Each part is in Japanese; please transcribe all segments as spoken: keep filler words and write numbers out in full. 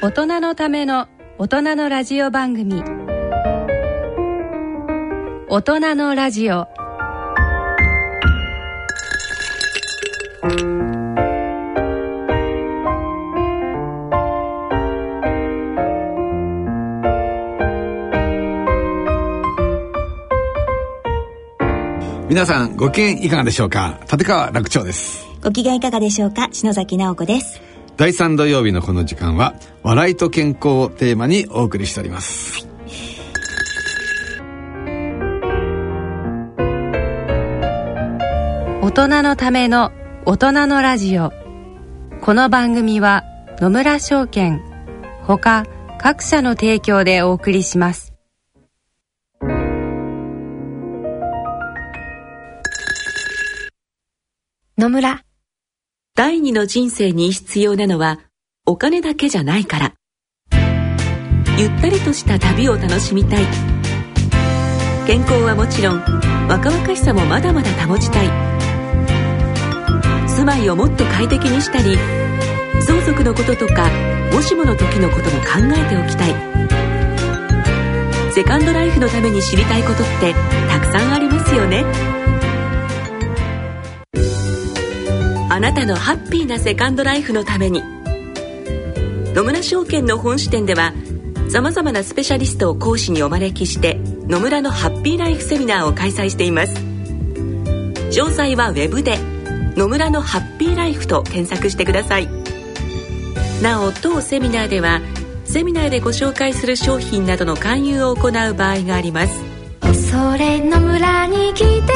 大人のための大人のラジオ番組、大人のラジオ。 皆さんご機嫌いかがでしょうか。立川楽長です。 ご機嫌いかがでしょうか。篠崎直子です。 だいさん土曜日のこの時間は笑いと健康をテーマにお送りしております、はい、 大人のための大人のラジオ。この番組は野村証券ほか各社の提供でお送りします。 野村、第二の人生に必要なのはお金だけじゃないから。ゆったりとした旅を楽しみたい。健康はもちろん若々しさもまだまだ保ちたい。住まいをもっと快適にしたり、相続のこととかもしもの時のことも考えておきたい。セカンドライフのために知りたいことってたくさんありますよね。あなたのハッピーなセカンドライフのために、野村証券の本支店ではさまざまなスペシャリストを講師にお招きして野村のハッピーライフセミナーを開催しています。詳細はウェブで野村のハッピーライフと検索してください。なお当セミナーではセミナーでご紹介する商品などの勧誘を行う場合があります。 それ野村に来てみよう。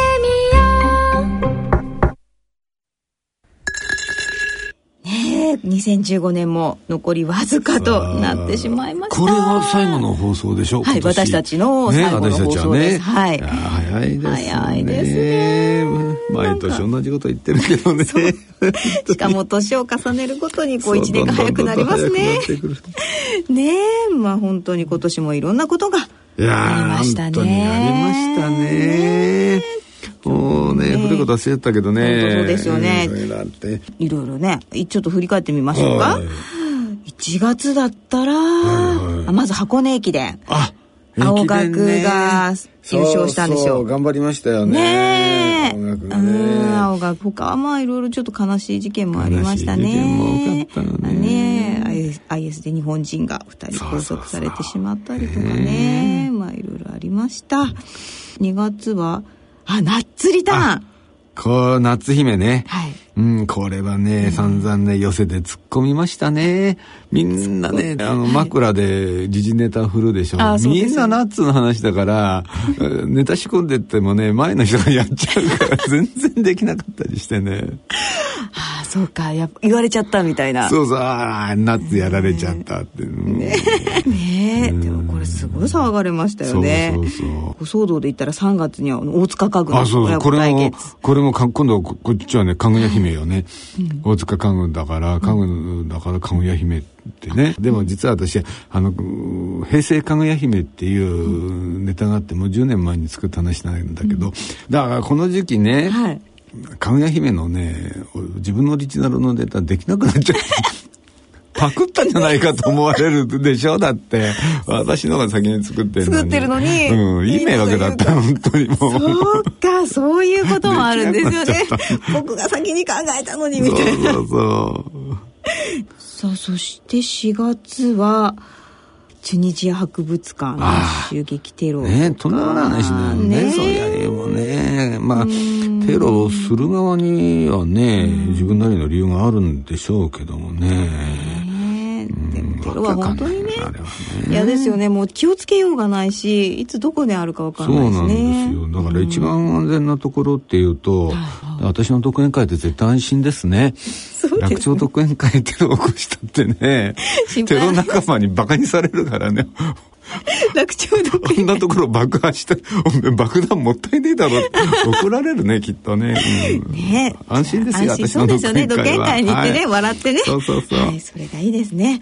にせんじゅうごねんも残りわずかとなってしまいました。 これは最後の放送でしょう。 はい、私たちの最後の放送です、ね、はい、 いや早いですね。 早いですね。 毎年同じこと言ってるけどね。しかも年を重ねるごとにこういちねんが早くなりますね。ねえ、まあ本当に今年もいろんなことがありましたね。 本当にありましたね。もうね、古いこと忘れてたけどね。 そうですよね。いろいろね、ちょっと振り返ってみましょうか。いちがつだったら、はいはい、まず箱根駅伝。あ、青学が優勝したんですよ。 そうそう、頑張りましたよね。 ねえ、青学がね。うん、青学。他はまあいろいろちょっと悲しい事件もありましたね。悲しい事件も多かったのね。ね、アイエス で日本人がふたり拘束されてしまったりとかね。まあいろいろありました。にがつは、あ、ナッツリターン。 こう、夏姫ね。 はい。 うん、これはね、うん、散々ね、寄せで突っ込みましたね。みんなね、あの、枕で時事ネタ振るでしょ。はい、みんなナッツの話だから、ネタ仕込んでってもね、前の人がやっちゃうから、全然できなかったりしてね。 ああ、そうか、や言われちゃったみたいな。 そうそう、ああ、ナッツやられちゃったって。 ねえ、ねえ、うん、でもこれすごい騒がれましたよね。そうそうそう。騒動で言ったらさんがつには大塚家具の親子対決。あ、そうそう、これも、これも今度こっちはね、かぐや姫よね、うん、大塚家具だから家具だからかぐや姫ってね、うん、でも実は私あの平成かぐや姫っていうネタがあってもうじゅうねんまえに作った話なんだけど、うん、だからこの時期ね、はい、かぐや姫のね自分のオリジナルのネタできなくなっちゃうパクったんじゃないかと思われるでしょ。だって私のが先に作ってるのに作ってるのに、 うん、いい迷惑だった本当にもう。 そうか、そういうこともあるんですよね。僕が先に考えたのにみたいな。そうそうそうさあ、そしてしがつはチュニジア博物館の襲撃テロとかね、とんでもない話だよね。ね、そうやれもね、まあテロをする側にはね自分なりの理由があるんでしょうけどもね。 でもテロは本当にね、嫌ですよね。もう気をつけようがないし、いつどこであるか分からないですね。 そうなんですよ。だから一番安全なところっていうと、うん、私の独演会って絶対安心ですね。そうですね。楽長独演会テロを起こしたってね、テロ仲間にバカにされるからね。 楽長独演会こんなところ爆破して爆弾もったいねえだろって怒られるねきっとね、うん、ね、安心ですよ。私の独演会はそうですよね。独演会に行ってね、はい、笑ってね。 そうそうそう、 はい、それがいいですね。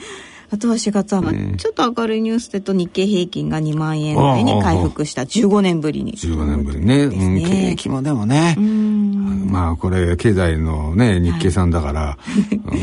あとはしがつは、まあ、ちょっと明るいニュースでと日経平均がにまんえん台に回復したじゅうごねんぶりに。 じゅうごねんぶりね。うん、景気もでもね。まあこれ経済のね日経さんだから、はい、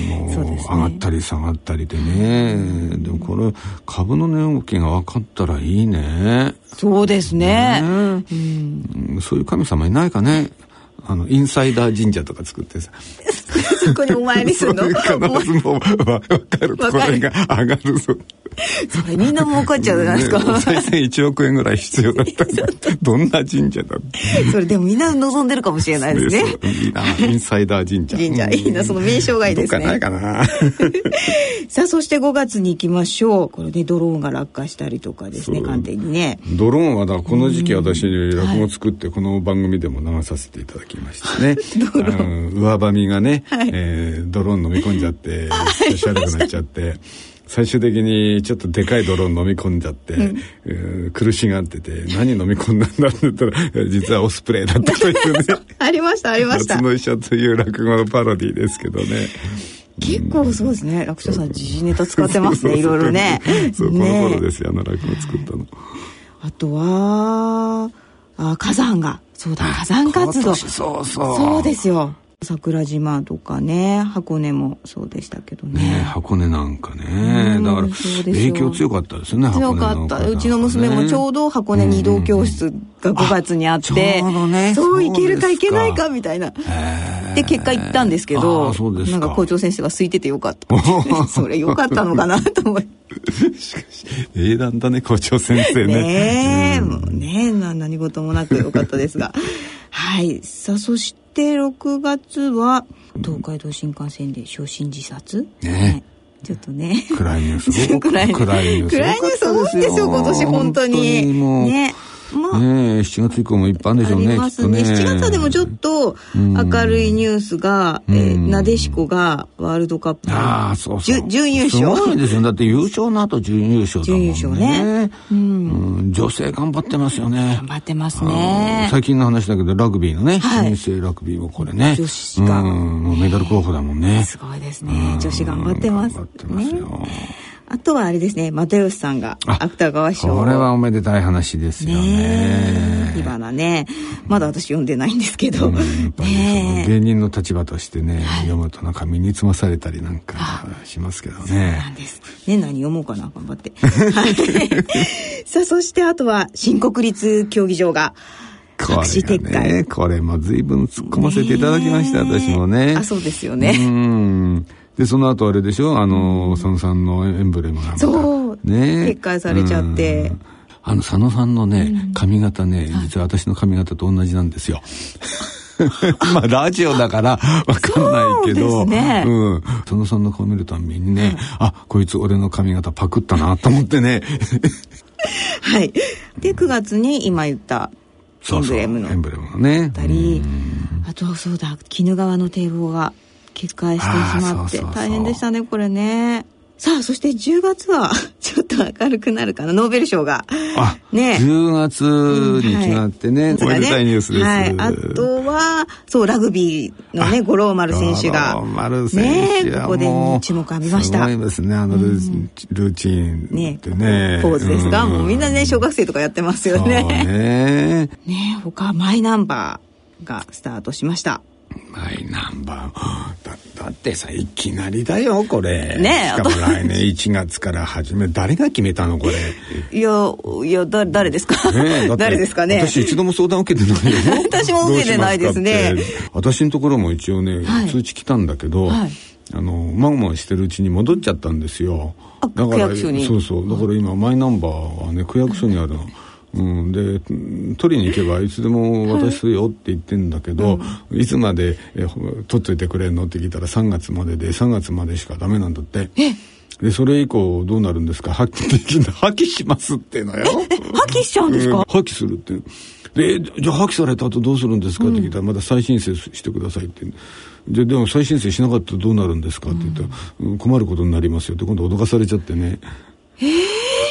もうそうですね、上がったり下がったりでね。でもこれ株の値動きが分かったらいいね。 そうですね。ね、 うん、そういう神様いないかね。あのインサイダー神社とか作ってさそこにお参りするの必ずもう分かるこれが上がるぞそれみんな儲かっちゃうじゃないですか、 ね、お賽銭いちおくえんぐらい必要だったんだどんな神社だそれでもみんな望んでるかもしれないですね。 いいなインサイダー神社神社いいな、その名称がいいですね。 どっかないかなさあそしてごがつに行きましょう。これでドローンが落下したりとかですね、官邸にね。 ドローンはだこの時期私落語作ってこの番組でも流させていただきましたねドローン上ばみがね、はい、えー、ドローン飲み込んじゃって調子悪くなっちゃって最終的にちょっとでかいドローン飲み込んじゃって、うんえー、苦しがってて何飲み込んだんだって言ったら実はオスプレイだったというねありましたありました。 夏の医者という落語のパロディですけどね。 結構そうですね、楽勝さん時事ネタ使ってますねいろいろね。 そう、ね、この頃ですよあの落語作ったの。 あとはあ火山がそうだ火山活動そうそうそうですよ。桜島とかね箱根もそうでしたけど ね, ね箱根なんかねだから影響強かったですよね。 強かった、ね、うちの娘もちょうど箱根に移動教室がごがつにあって、うんうん、ちょうどねそう行けるか行けないかみたいなで結果行ったんですけどなんか校長先生が空いててよかったそれよかったのかなと思いしかし英断だね校長先生ねねえ、うん、もうね何事もなくよかったですがはいさあそしてでろくがつは東海道新幹線で焼身自殺、ねね、ちょっとね暗いニュース暗いニュース暗いニュース多いですよ今年本当にねまあ、 ねしちがつ以降もいっぱいあるんでしょうね。ありますね。 しちがつはでもちょっと明るいニュースが、えー、なでしこがワールドカップあそうそう準優勝すごいですよ。だって優勝の後準優勝だもんね。 準優勝ね、うんうん、女性頑張ってますよね。 頑張ってますね。 最近の話だけどラグビーのね、はい、新生ラグビーもこれね女子が、 うん、メダル候補だもんね。 すごいですね。女子頑張ってます。頑張ってますよ、ね。あとはあれですね又吉さんが芥川賞。 これはおめでたい話ですよね。 火花ねまだ私読んでないんですけど、うん、やっぱりね芸人の立場としてね、はい、読むとなんか身につまされたりなんかしますけどね。そうなんですね。何読もうかな頑張ってさあそしてあとは新国立競技場が白紙撤回、 ね、これも随分突っ込ませていただきました、私もね。 あそうですよね。 うんでその後あれでしょあの佐野さんのエンブレムがまたそうね撤回されちゃってあの佐野さんのね髪型ね実は私の髪型と同じなんですよまあラジオだからわかんないけどそうですね、うん、佐野さんの顔見るたびにね、うん、あこいつ俺の髪型パクったなと思ってねはいでくがつに今言ったエンブレムのエンブレムがねたりあとそうだ鬼怒川の堤防が決壊してしまって大変でしたねこれね。さあそしてじゅうがつはちょっと明るくなるかなノーベル賞があ、ね、じゅうがつに決まってね、うんはい、おめでたいニュースです、はい、 あとはそうラグビーのね五郎丸選手が五郎丸選手ねここで注目浴びました。 すごいですねあのルー,、うん、ルーチンってねねポーズですが、うん、もうみんなね小学生とかやってますよね。 そうねね他マイナンバーがスタートしました。 マイナンバー だ, だってさいきなりだよこれねしかも来年いちがつから始め誰が決めたのこれいやいやだ誰ですか、ね、誰ですかね。 私一度も相談受けてないよ私も受けてないですね。 私のところも一応ね、はい、通知来たんだけど、はい、あのまごまごしてるうちに戻っちゃったんですよ。だから区役所にそうそうだから今マイナンバーはね区役所にあるの、うん、で取りに行けばいつでも渡すよって言ってんだけど、はい、いつまでえ取っといてくれんのって聞いたらさんがつまででさんがつまでしかダメなんだって。 えでそれ以降どうなるんですか。破棄できない破棄しますってのよ。 破棄しちゃうんですか、 うん、破棄するってでじゃあ破棄された後どうするんですかって聞いたら、うん、まだ再申請してくださいってででも再申請しなかったらどうなるんですかって言ったら、うん、困ることになりますよって今度脅かされちゃってね。 えー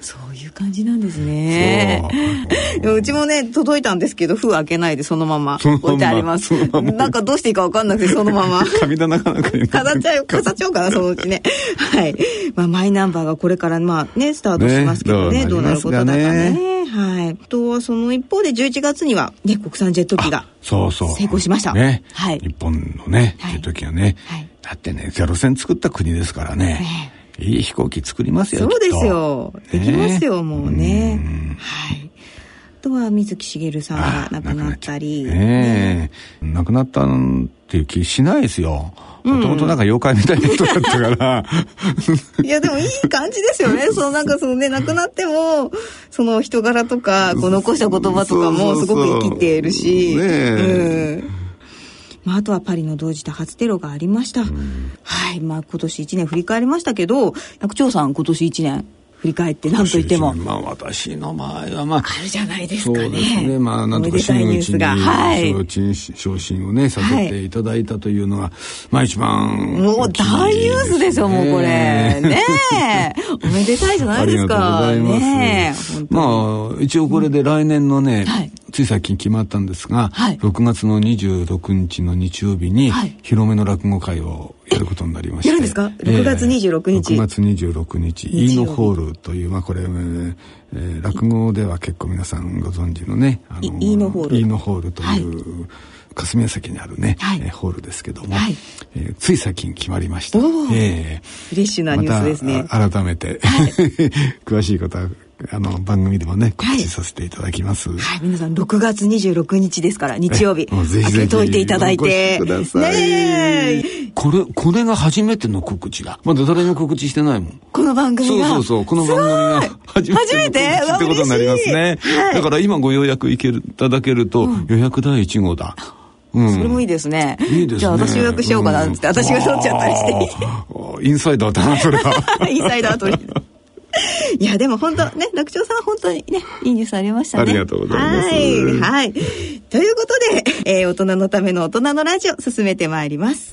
そういう感じなんですね。う, うちもね届いたんですけど封開けないでそのまま置いてあります。なんかどうしていいか分かんなくてそのまま神棚かなんかに飾っちゃう飾っちゃおうかなそのうちね。はい、まあ、マイナンバーがこれからまあねスタートしますけど ね, ねどうなることだかね。はい。とはその一方でじゅういちがつにはね国産ジェット機がそうそう成功しました。 ね、はい、日本のねジェット機がね、はい、だってねゼロ戦作った国ですからね。ねいい飛行機作りますよ。 そうですよ。できますよ、ね、もうね。うはい。あとは水木しげるさんが亡くなったり、 亡くなっ、ね、亡くなったっていう気しないですよ。もともとなんか妖怪みたいな人だったから。 いやでもいい感じですよね。そのなんかそのね亡くなってもその人柄とかこう残した言葉とかもすごく生きているし。そうそうそうねうんまあ、あとはパリの同時多発テロがありました、うん、はい、まあ、今年いちねん振り返りましたけど楽長さん今年いちねん振り返って何と言ってもまあ私の場合はまああるじゃないですかね。 そうですねまあなんとか真打ちに昇進をねさせていただいたというのは、はい、まあ一番もう大ニュースですよもうこれねえおめでたいじゃないですか。 ありがとうございます、ね、まあ一応これで来年のね、うんはいつい最近決まったんですが、はい、ろくがつのにじゅうろくにちの日曜日に、はい、広めの落語会をやることになりましてやるんですか。ろくがつにじゅうろくにち、 えー、ろくがつにじゅうろくにち飯野ホールという、まあ、これ、えーえー、落語では結構皆さんご存知のねあの飯野ホール飯野ホールという、はい霞ヶ関にあるね、はいえー、ホールですけども、はいえー、つい最近決まりました。えー、フレッシュなニュースですね。 また改めて、はい、詳しいことはあの番組でもね告知させていただきます。はい、 はい、皆さんろくがつにじゅうろくにちですから日曜日もうぜひぜひ開けといていただいてお越しください、ね、これこれが初めての告知だ。まだ誰も告知してないもんこの番組が。 そうそうそうこの番組が初めての告知ってことになりますね、はい、だから今ご予約いけるいただけると、うん、予約だいいち号だ。 うん、それもいいですね。 いいですね。 じゃあ私予約しようかなって、うん、私が取っちゃったりしてインサイダーだなそれはインサイダー取りいやでも本当ね楽長さん本当にねいいニュースありましたね。 ありがとうございます。 はい、はい、ということで、えー、大人のための大人のラジオ進めてまいります。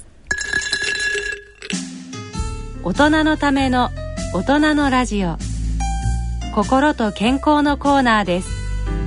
大人のための大人のラジオ心と健康のコーナーです。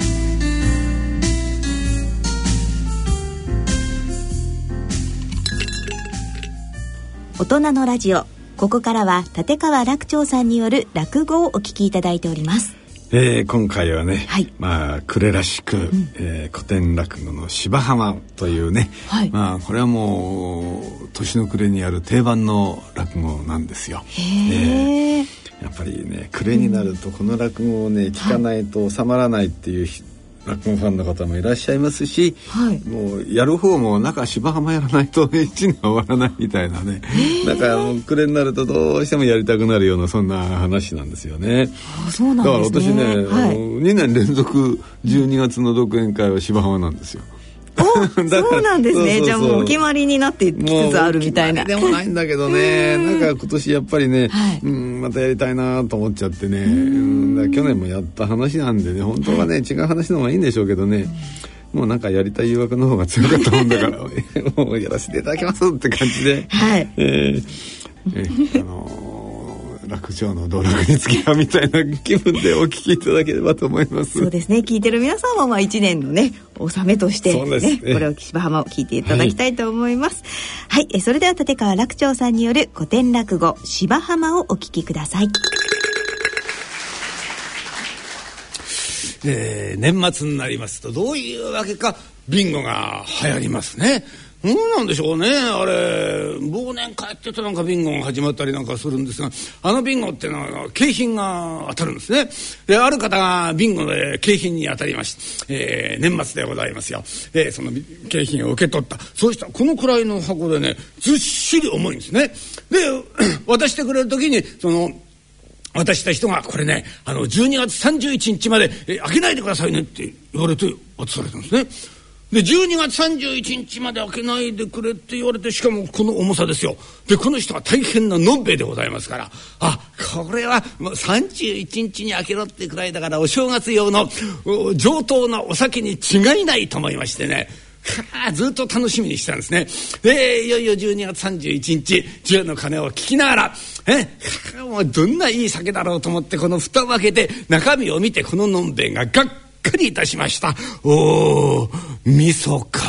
大人のラジオここからは立川楽長さんによる落語をお聞きいただいております。 えー、今回はね、はい、まあ暮れらしく、うんえー、古典落語の芝浜というね、はい、まあこれはもう年の暮れにある定番の落語なんですよ。へえー、やっぱりね暮れになるとこの落語をね聞かないと収まらないっていう人、はい落語ファンの方もいらっしゃいますし、はい、もうやる方もなんか芝浜やらないと一年終わらないみたいなねなんか暮れになるとどうしてもやりたくなるようなそんな話なんですよね。 あそうなんですね。 だから私ね、はい、あのにねん連続じゅうにがつの独演会は芝浜なんですよ。 そうなんですね。そうそうそうじゃあもうお決まりになってきつつあるみたいな。 でもないんだけどねなんか今年やっぱりね、はい、うんまたやりたいなと思っちゃってねうんだ去年もやった話なんでね本当はね、はい、違う話の方がいいんでしょうけどねもうなんかやりたい誘惑の方が強かったもんだからもうやらせていただきますって感じで、はいえーえー、あのー楽長の道楽に付き合うみたいな気分でお聞きいただければと思います。 そうですね聞いてる皆さんもまあいちねんのね納めとして、ねね、これを芝浜を聞いていただきたいと思います。はい、はい、えそれでは立川楽長さんによる古典落語芝浜をお聞きください。 えー、年末になりますとどういうわけかビンゴが流行りますね。そうなんでしょうねあれ忘年会ってとなんかビンゴが始まったりなんかするんですがあのビンゴっていうのは景品が当たるんですね。である方がビンゴで景品に当たりまして、えー、年末でございますよ。でその景品を受け取ったそうしたらこのくらいの箱でねずっしり重いんですね。で渡してくれる時にその渡した人がこれねあのじゅうにがつさんじゅういちにちまで、えー、開けないでくださいねって言われて渡されたんですね。でじゅうにがつさんじゅういちにちまで開けないでくれって言われてしかもこの重さですよ。でこの人は大変なのんべえでございますからあこれはもうさんじゅういちにちに開けろってくらいだからお正月用の上等なお酒に違いないと思いましてねずっと楽しみにしてたんですね。でいよいよじゅうにがつさんじゅういちにちじゅうの鐘を聞きながらえもうどんないい酒だろうと思ってこの蓋を開けて中身を見てこののんべえががっかりいたしました。おー味噌か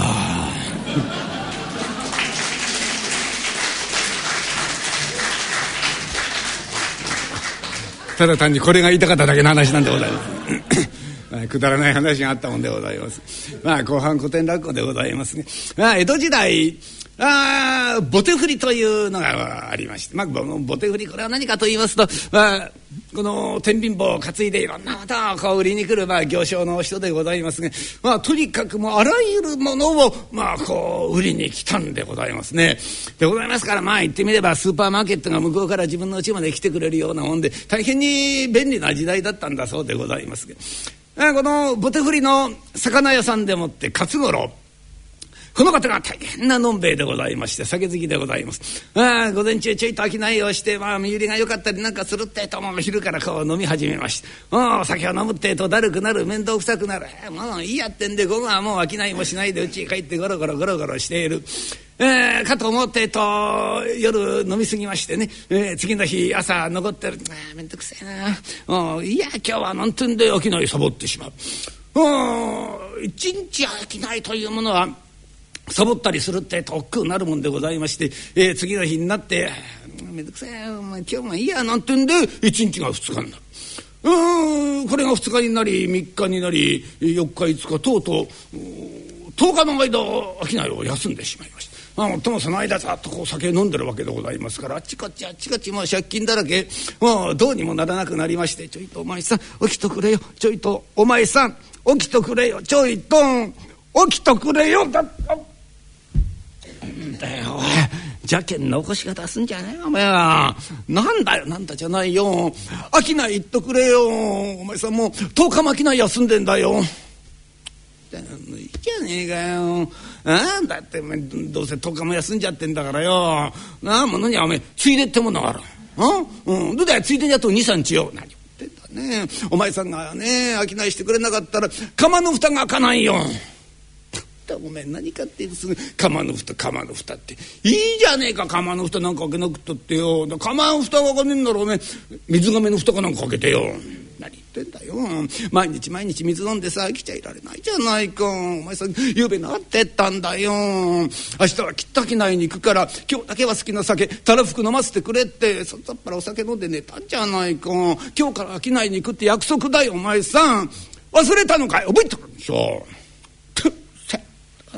ただ単にこれが言いたかっただけの話なんでございますくだらない話があったもんでございます。まあ後半古典落語でございますね。まあ江戸時代あボテ振りというのがありまして、まあ、ボテ振りこれは何かと言いますと、まあ、この天秤棒を担いでいろんなものをこう売りに来る、まあ、行商の人でございますが、まあ、とにかくもうあらゆるものを、まあ、こう売りに来たんでございますね。でございますから、まあ言ってみればスーパーマーケットが向こうから自分の家まで来てくれるようなもんで大変に便利な時代だったんだそうでございますが、このボテ振りの魚屋さんでもって勝五郎この方が大変なのんべえでございまして酒好きでございます。あ午前中ちょいと商いをして、まあ、身売りが良かったりなんかするってえともう昼からこう飲み始めまして、お酒を飲むってえとだるくなる面倒くさくなる、えー、もういいやってんで午後はもう商いもしないで家へ帰ってゴロゴロゴロゴロしている、えー、かと思ってえと夜飲み過ぎましてね、えー、次の日朝残ってるあ面倒くせえなおいや今日はなんてんで商いサボってしまう。お一日商いというものはサボったりするってとっくになるもんでございまして、えー、次の日になってめんどくせえお前今日もいいやなんてんで一日が二日になる。うーんこれが二日になり三日になり四日五日とうとう十日の間商いを休んでしまいました。もっともその間ざっとこう酒飲んでるわけでございますからあっちこっちあっちこっちもう借金だらけもうどうにもならなくなりまして、ちょいとお前さん起きとくれよちょいとお前さん起きとくれよちょいと起きとくれよだなんだよおい邪険な起こし方すんじゃねえよお前は。なんだよなんだじゃないよ商い言っとくれよお前さんもうとおかも商い休んでんだよ。いいじゃねえかよあだってお前どうせとおかも休んじゃってんだからよなあものにはお前ついでってものがあるあ、うん、どうだよついでにあとにさんにちよ何言ってんだねお前さんがね商いしてくれなかったら釜の蓋が開かないよ。お前何かってすぐ釜の蓋釜の蓋っていいじゃねえか釜の蓋なんか開けなくったってよ釜の蓋が開かねえんならお前水亀の蓋かなんか開けてよ何言ってんだよ毎日毎日水飲んでさ来ちゃいられないじゃないかお前さゆうべなんて言ったんだよ明日はきっと商いに行くから今日だけは好きな酒たらふく飲ませてくれってそっぱらお酒飲んで寝たんじゃないか今日から商いに行くって約束だよお前さん忘れたのかい覚えてくるでしょうん、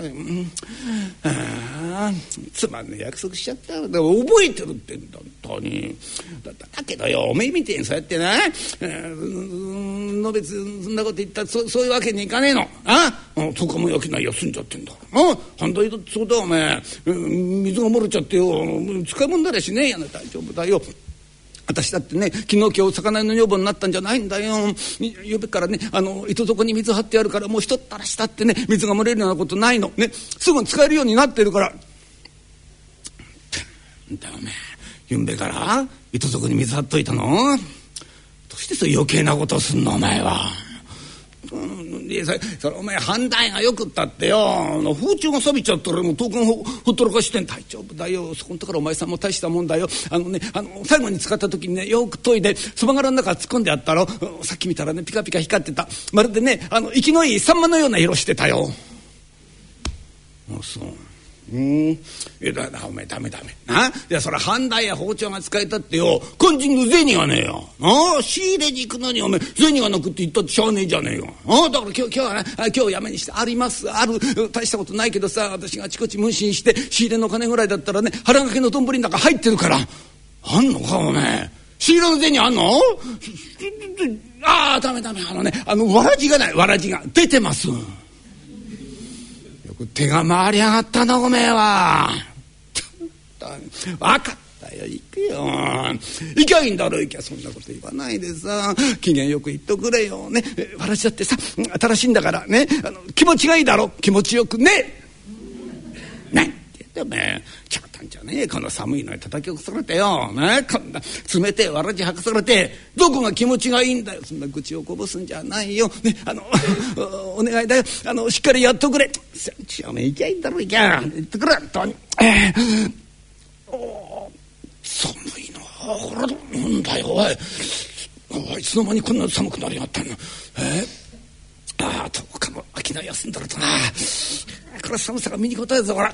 あつまんねえ約束しちゃったよ覚えてるってんだ本当に だ, だけどよおめえみてえにそうやってな、えー、の別そんなこと言ったら そ, そういうわけにいかねえのあそこも商い休んじゃってんだあ反対だってそうだお前水が漏れちゃってよ使い物だらしねえやな大丈夫だよ私だってね昨日今日魚の女房になったんじゃないんだよゆうべからねあの糸底に水張ってあるからもう一ったらしたってね水が漏れるようなことないのねすぐ使えるようになってるからなんだよお前ゆんべから糸底に水張っといたのどうしてそう余計なことをすんのお前は。うん、いや そ, それお前反対がよくったってよ風潮が錆びちゃったらもうトークン ほ, ほったらかしてん大丈夫だよそこんところお前さんも大したもんだよあのねあの最後に使った時にねよく研いでそば殻の中突っ込んであったろさっき見たらねピカピカ光ってたまるでねあの生きのいいサンマのような色してたよ。あそううんいやだだお前ダメダメないやそれ半台や包丁が使えたってよ肝心の銭がねえよあ仕入れに行くのにお前銭がなくって言ったってしゃあねえじゃねえよあだから今日今日はね今日やめにしてありますある大したことないけどさ私があちこち無心して仕入れの金ぐらいだったらね腹掛けの丼の中入ってるからあんのかお前仕入れの銭あんのああダメダメあのねあのわらじがないわらじが出てます手が回り上がったなおめえは分かったよ行くよ行きゃいいんだろ行きゃそんなこと言わないでさ機嫌よく言っとくれよね私だってさ新しいんだからねあの気持ちがいいだろ気持ちよくねねって言っておめえちょっとんじゃねえ、この寒いのに叩き起こされてよ、ね、こんな冷てえわらじ履かされてどこが気持ちがいいんだよ。そんな愚痴をこぼすんじゃないよ、ね、あのお願いだよ、あのしっかりやっとくれ。おめえ行きゃいいんだろ、行きゃ言ってくれ。とに、えー、お寒いな、これなんだよ、おいおい、いつの間にこんな寒くなりやがったんだ。えー、ああとおかも商い休んだろとな。これ寒さが身にこたえるぞ、ほら。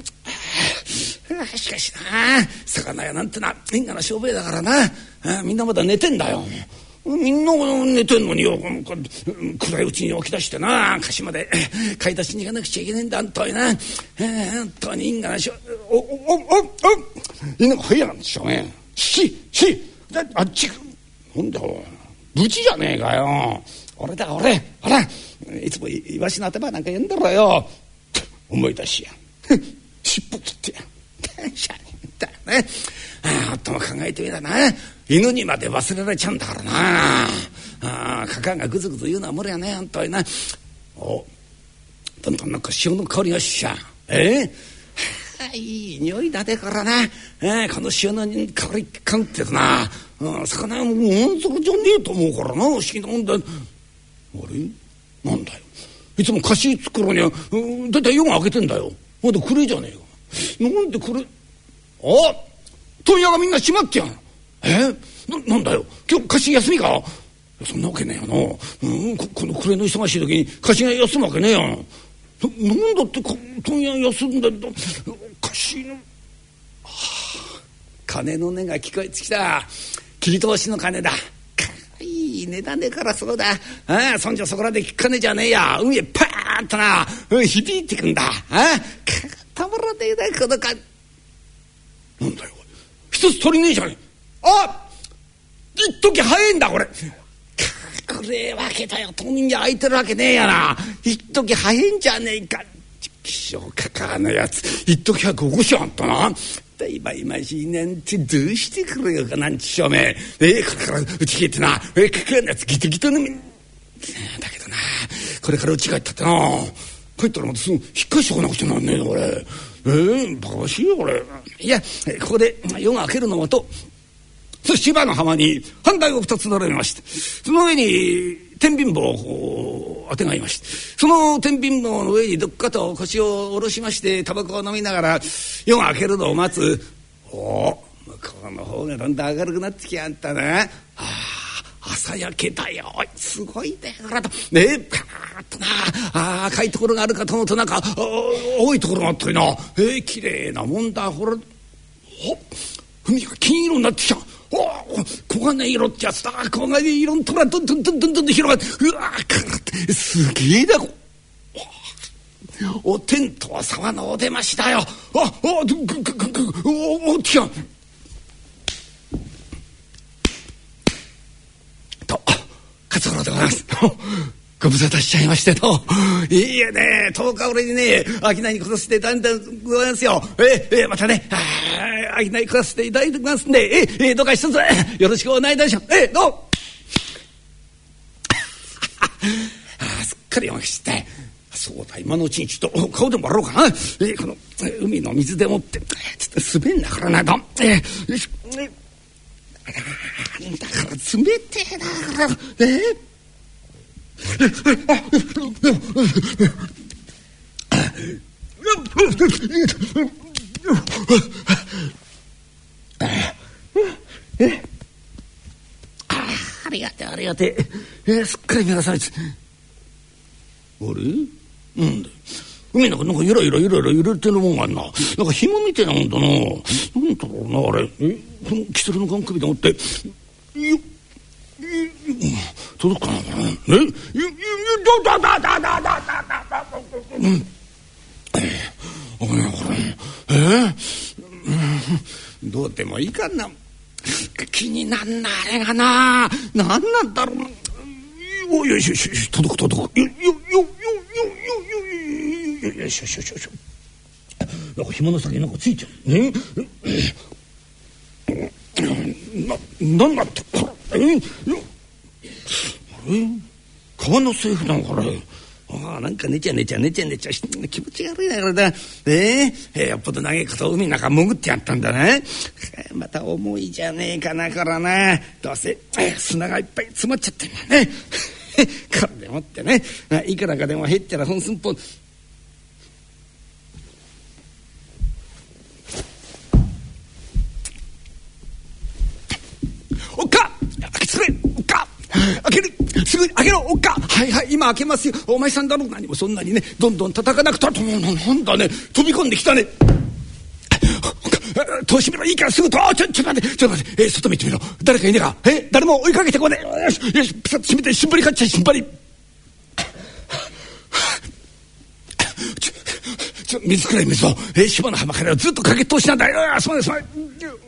しかしな、魚屋なんてな因果な商売だからな、みんなまだ寝てんだよ。みんな寝てんのによ、暗いうちに起き出してな、菓子まで買い出しに行かなくちゃいけねえんだ、本当にな。本当に因果な商売。おおおお因果が早いなんでしょうね。ししあっちなんだよ、ブチじゃねえかよ。俺だ俺、ほらいつもイワシの頭なんか呼んだろよ。思い出しや尻尾取ってやしゃねえんだよね。ああとも考えてみたな、犬にまで忘れられちゃうんだからな。ああかかがぐずぐず言うのは無理やね、本当にな。おどんどんなんか潮の香りがしちゃう。えー、いい匂いだでからな、えー、この潮の香りかんってな、うん、魚はもう満足じゃねえと思うからな。不思議なもんだ。あれなんだよ、いつも菓子作るにはだいたい夜が明けてんだよ。まだ暮れじゃねえか。なんで暮れ、あ問屋がみんな閉まってやん。えな, なんだよ今日菓子休みか。そんなわけねえよな、うん、こ, この暮れの忙しい時に菓子が休むわけねえやん。な, なんだって問屋休んだんだ菓子の、はあ、金の音が聞こえてきた。切り通しの金だ。いい値段でからそうだ。ああそんじゃそこらで聞く金じゃねえや。海へパーンとな響いてくんだ。ああたまらねえなこのか。なんだよ一つ取りねえじゃねえ。あ一時早いんだこれ。これわけだよ、当人じゃ空いてるわけねえやな。一時早いんじゃねえか。気象かかのやつ一時はここしやんとな。いまいましいなんてどうしてくれよかなんちしょめ。えー、これからうち帰ってな、えー、かかんやつギトギトのみだけどな、これからうち帰ったってな、帰ったらまたすぐ引っ返しておかなくちゃなんねえよこれ。えー、バカバカしいよこれ。いやここで夜が明けるのもと芝の浜に半台を二つ並べまして、その上に天秤棒をあてがいまして、その天秤棒の上にどっかと腰を下ろしましてタバコを飲みながら夜が明けるのを待つ。おお向こうの方がだんだん明るくなってきやんたな。ああ朝焼けだよ、すごいねほらとねえパーッとな。あ赤いところがあるかと思うとなんか青いところがあったりな。えー、綺麗なもんだほら。お海が金色になってきた。お黄金色ってやつだ。黄金色のとらどんどんどんどんどん広がって、うわーすげえだこ。お天道様のお出ましだよ。ああぐぐぐぐおおきやんと勝五郎でございます。ご無沙汰しちゃいましてと。いいえねとおか俺にね商いに来させていただいたんでございますよ。ええまたね商いに来させていただいてますんで、ええどうか一つよろしくお願いいたします。ええどうあすっかりおまけして、そうだ今のうちにちょっと顔でも洗おうかな。えー、この海の水でもってちょっと滑んだからなと。えー、よいしょ。えー、だから冷てえだから。えーありがてえありがてえ。えー、すっかり目が覚めて。あれなんだよ海の中なんかゆらゆらゆらゆら揺れてるもんがあんな。なんか紐みたいなもんだな。なんだろうなあれ。えこのキセルの眼首でもってよっ届くかなこれね。えゆゆだだだだだだだだうん。えー、危ないこれ。えー、どうでもいいかな。気になんなあれがな。なんなんだろう。およしよしよし届く届く。よよよよよよよよしよしよしよし。なんか紐の先になんかついちゃうね。ななんだってこれ。えーあれ川のセーフなのかね。あもうなんか寝ちゃ寝ちゃ寝ちゃ寝ちゃ気持ち悪いなこれだ。えー、よっぽど長いこと海の中潜ってやったんだね。また重いじゃねえかなからな。どうせ砂がいっぱい詰まっちゃってんだね。これでもってね、いくらかでもへっちゃらふんすんぽん。おっか開けてくれ。おっか開ける。すぐに開けろ。おっかはいはい今開けますよ。お前さんだろう。何もそんなにねどんどん叩かなくたともうなんだね飛び込んできたね。戸閉めろいいからすぐとちょちょっと待ってちょっと待って、えー、外見てみろ。誰かいねえか。え誰も追いかけてこねえ。よしよしピタッと閉めてしんばりかっちゃいしんばり。ちょちょ水くらい水を、えー、芝の浜からずっとかけ通しなんだよ。すまないすまない。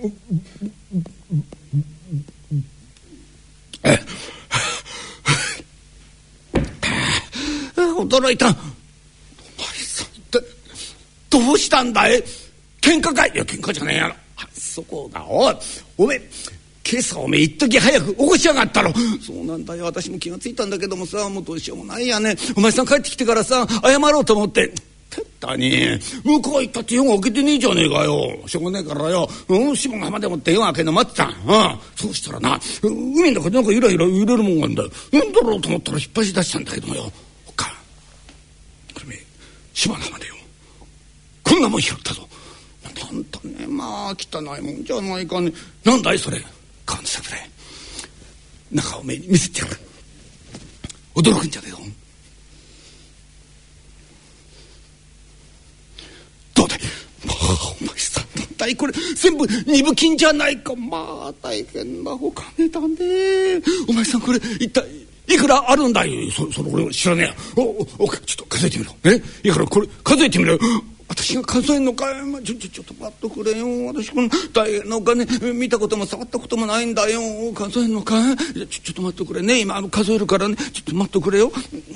驚いた。お前さんってどうしたんだい。喧嘩かい。いや喧嘩じゃねえやろ。そこだおいおめえ今朝おめえ一時早く起こしやがったろ。そうなんだよ私も気がついたんだけどもさもうどうしようもないやね。お前さん帰ってきてからさ謝ろうと思っててったに向こう行ったって夜が開けてねえじゃねえかよ。しょうがねえからよ、うん、下の浜でもって夜が開けるの待ってた、うん、そうしたらな海の中でなんかゆらゆら揺れるもんがあるんだよ。なんだろうと思ったら引っ張り出したんだけどもよ。おっかこれめ島の浜でよこんなもん拾ったぞ。なんとねまあ汚いもんじゃないかね。なんだいそれ。勘さくれ中を目に見せてやる。驚くんじゃねえよ。どうだい。まあお前さんなんだいこれ全部二分金じゃないか。まあ大変なお金だね。お前さんこれ一体いくらあるんだい。そそれ俺知らねえや。おおちょっと数えてみろ。えいくらこれ数えてみろよ。私が数えんのかい。ちょちょちょっと待ってくれよ。私この大変なお金見たことも触ったこともないんだよ。数えんのかい。ちょちょっと待ってくれね。今あの数えるからね。ちょっと待ってくれよ。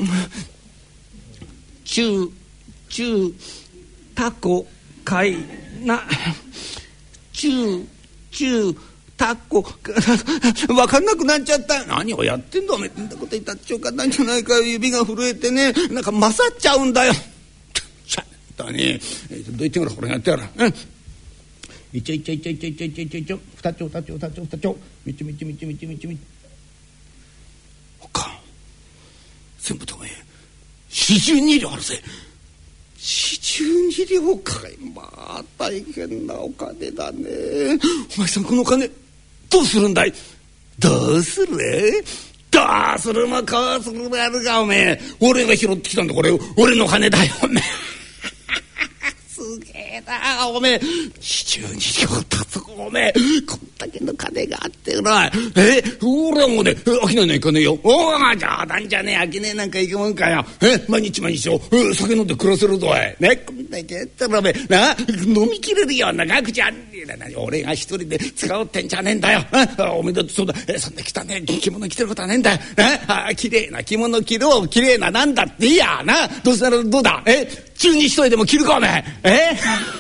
中中タコ貝な中中タコ分かんなくなっちゃった。何をやってんだおめえ。んなこと言ったっちゃおかないんじゃないか。指が震えてねなんか勝っちゃうんだよ。だね、えー、どう言ってみろこれやってやら。うんいちょいちょいちょいちょいちょいちょいちょいちょ二丁二丁二丁二丁みちみちみちみちみちみおか全部でおめえ四十二両あるぜ。四十二両かい。まあ大変なお金だね。お前さんこのお金どうするんだい。どうするどうするもこうするもやるかおめえ。俺が拾ってきたんだこれ俺の金だよおめえ。すげえなおめえ。四十二両だぞおめえ。こんだけの金があってなえ俺はもうね飽きないのいかねえよ。おお冗談じゃねえ飽きねえなんかいくもんかよ。え毎日毎日を酒飲んで暮らせるぞいね。こんだけやったらおめえな飲みきれるような額じゃねえだな。俺が一人で使おうってんじゃねえんだよ。おめえだってそうだえそんな汚ねえ着物着てることはねえんだよ。あきれいな着物着ろきれいななんだっていいやな。どうせならどうだえ中に一人でも着るかおめえ。え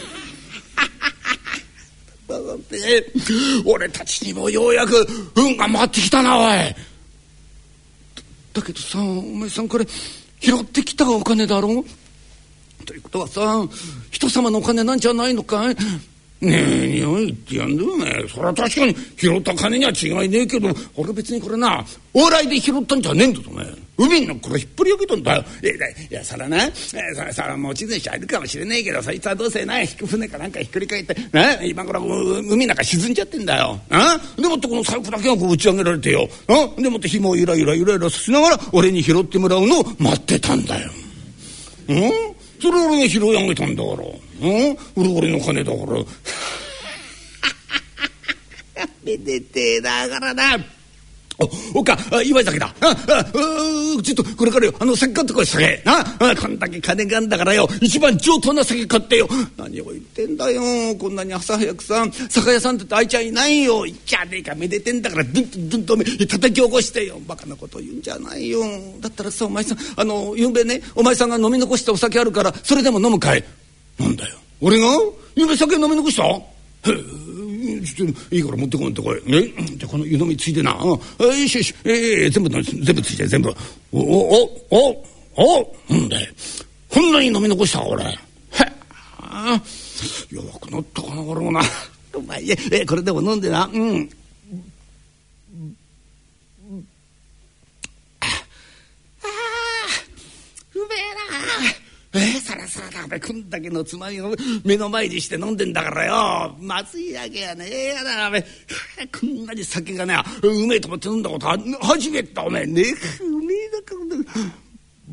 俺たちにもようやく運が回ってきたなおい。だ, だけどさお前さんこれ拾ってきたお金だろ。ということはさ人様のお金なんじゃないのかい。ねえ匂いってやんだよね。それは確かに拾った金には違いねえけど俺別にこれな往来で拾ったんじゃねえんだぞね。海のこれ引っ張り上げたんだよ。いやいやそらなそらそら持ち主はいるかもしれねえけどそいつはどうせな船かなんかひっくり返ってな今頃海なんか沈んじゃってんだよ。あでもってこの財布だけがこう打ち上げられてよ。あでもって紐をゆらゆらゆらゆらさせながら俺に拾ってもらうのを待ってたんだよ。うんそれ俺が拾い上げたんだから。うん俺の金だからめでてえだからな。おおっか祝い酒だ。ああちょっとこれからよあの酒買ってこい酒なあこんだけ金があんだからよ一番上等な酒買ってよ。何を言ってんだよこんなに朝早くさ酒屋さんって開いちゃいないよ。いっちゃねえかめでてんだからドゥンとドゥンとめ叩き起こしてよ。バカなこと言うんじゃないよ。だったらさお前さんあのゆんべねお前さんが飲み残したお酒あるからそれでも飲むかい。なんだよ俺がゆんべ酒飲み残した。へえちょっといいから持ってこいってこい。えじゃこの湯飲みついてな。うん、よしよし、えー、全部全部ついて全部。おおおおおなんでこんなに飲み残したか俺。へあ弱くなったかな俺もな。お前えこれでも飲んでな。うん。ああうめえな。えー、さらさらだ。お前こんだけのつまみを目の前にして飲んでんだからよ。まずいだけやねえやだな。お前こんなに酒がねうめえと思って飲んだこと初めてだ。お前ねうめえだからね。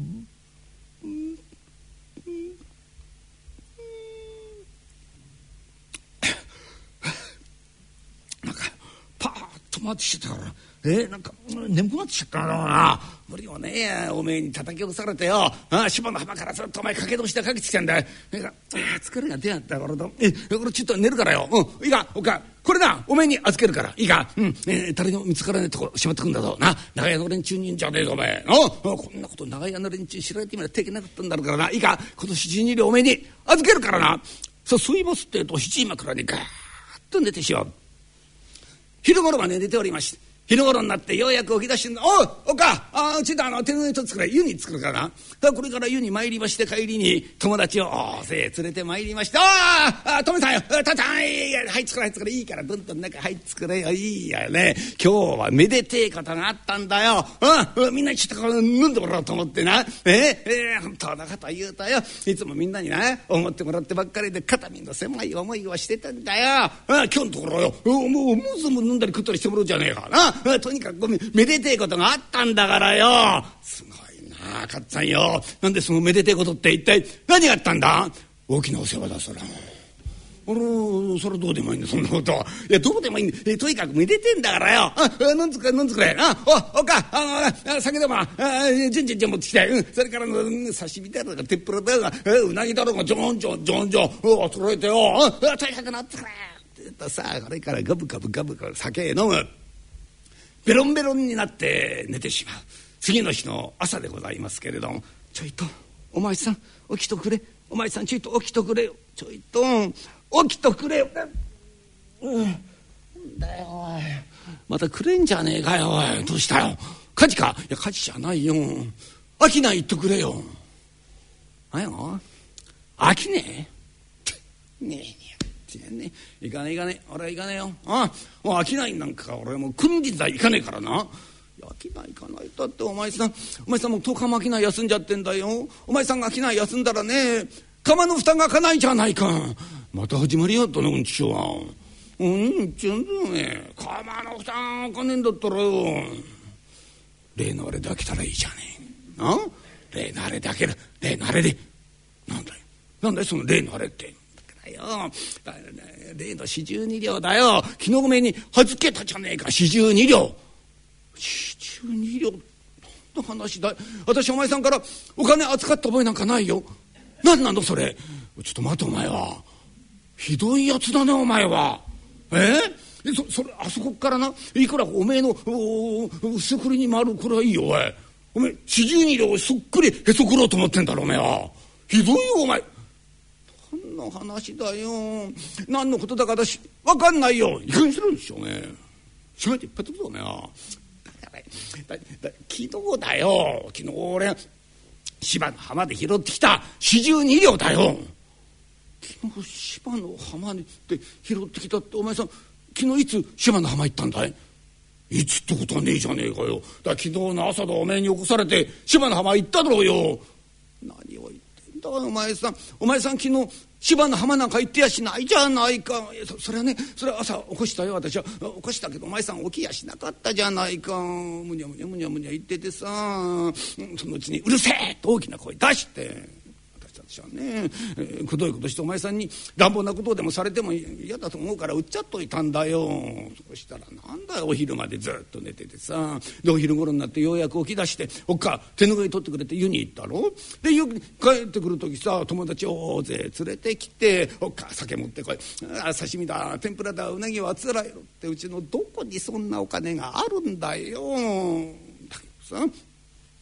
なんかパーッと回ってきちゃったからえー、なんか眠くなってきちゃったな。無理もねえおめえに叩き起こされてよあ芝の浜からずっとお前駆け通してかけてきたんだよ。なんか疲れが出やったからだえこれちょっと寝るからよ。うんいいかおかこれなおめえに預けるからいいか。うん、えー、誰にも見つからないところしまってくんだぞな。長屋の連中にいんじゃねえぞお前な。こんなこと長屋の連中知られてみればできなかったんだろうからないいか今年じゅうに両おめえに預けるからな。そうそういますってえと七時枕にガーッと寝てしまう。昼頃まで寝ておりまして昼頃になってようやく起き出してんだ。おうおかあうちであの手の上と作れ湯に作るからな。だからこれから湯に参りまして帰りに友達を大勢連れて参りましてああトメさんよたたんはい作れはい作れいいからどんどん中はい作れよいいやね今日はめでてえことがあったんだよ。うんみんなにちょっと飲んでもらおうと思ってなええー、本当のこと言うとよいつもみんなにな思ってもらってばっかりで肩身の狭い思いをしてたんだよ。今日のところよもうもうずも飲んだり食ったりしてもらうじゃねえかな。とにかくごめんめでてえことがあったんだからよ。すごいなあかっつぁんよ。なんでそのめでてえことって一体何があったんだ。大きなお世話だそら。あらそれどうでもいいんだそんなこと。いやどうでもいいんだえとにかくめでてえんだからよ。あ飲んずくれ飲んずくれあおおかああ酒でもあじゅんじゅんじゃ持ってきて、うん、それからの刺身だろうが天ぷらだろうがうなぎだろうがジョンジョンジョンジョンあ揃えてよとにかくなってくれって言さあこれからガブガブガブガブ酒飲む。ベロンベロンになって寝てしまう。次の日の朝でございますけれどもちょいとお前さん起きとくれお前さんちょいと起きとくれよちょいと起きとくれよ。うんなんだよおいまたくれんじゃねえかよおいどうしたよ火事か。いや火事じゃないよ飽きない言っとくれよ。あよ飽きねえねえね行かねえ行かねえ俺は行かねえよ。あもう飽きないなんか俺もう訓練だ行かねえからな。飽きない行かないだってお前さんお前さんもとおかも飽きない休んじゃってんだよ。お前さんが飽きない休んだらね釜の蓋が開かないじゃないか。また始まりやったなうんちくしょうは。うんちゅうんだね釜の蓋が開かねえんだったらよ例のあれで開けたらいいじゃねえな。例のあれで開ける例のあれでなんだよなんだよその例のあれってよ例の四十二両だよ。昨日ごめんに預けたじゃねえか四十二両四十二両の話だ。私お前さんからお金預かった覚えなんかないよ。何なのそれ。ちょっと待てお前はひどいやつだねお前は。えー、そそれあそこからないくらおめえの薄くりに回るこれはいいよおい。おめえ四十二両そっくりへそくろうと思ってんだろおめえは。ひどいよお前。何の話だよ何のことだか私分かんないよ。いかにしろんでしょうね。しまいていっぱい飛ぶぞおめえは。だからだだ昨日だよ昨日俺芝の浜で拾ってきた四十二両だよ。昨日芝の浜で拾ってきたってお前さん昨日いつ芝の浜行ったんだい。いつってことはねえじゃねえかよ。だ昨日の朝だお前に起こされて芝の浜行っただろうよ。何を言ってんだお前さんお前さん昨日芝の浜なんか行ってやしないじゃないか。そ, それはねそれは朝起こしたよ私は起こしたけどお前さん起きやしなかったじゃないか。むにゃむにゃむにゃむにゃ言っててさそのうちにうるせえと大きな声出して私はね、えー、くどいことしてお前さんに乱暴なことでもされても嫌だと思うから売っちゃっといたんだよ。そしたらなんだよお昼までずっと寝ててさでお昼頃になってようやく起き出しておっか手拭い取ってくれて湯に行ったろ。で湯に帰ってくる時さ友達を大勢連れてきておっか酒持ってこいあ刺身だ天ぷらだうなぎはつらえろってうちのどこにそんなお金があるんだよ。だけどさ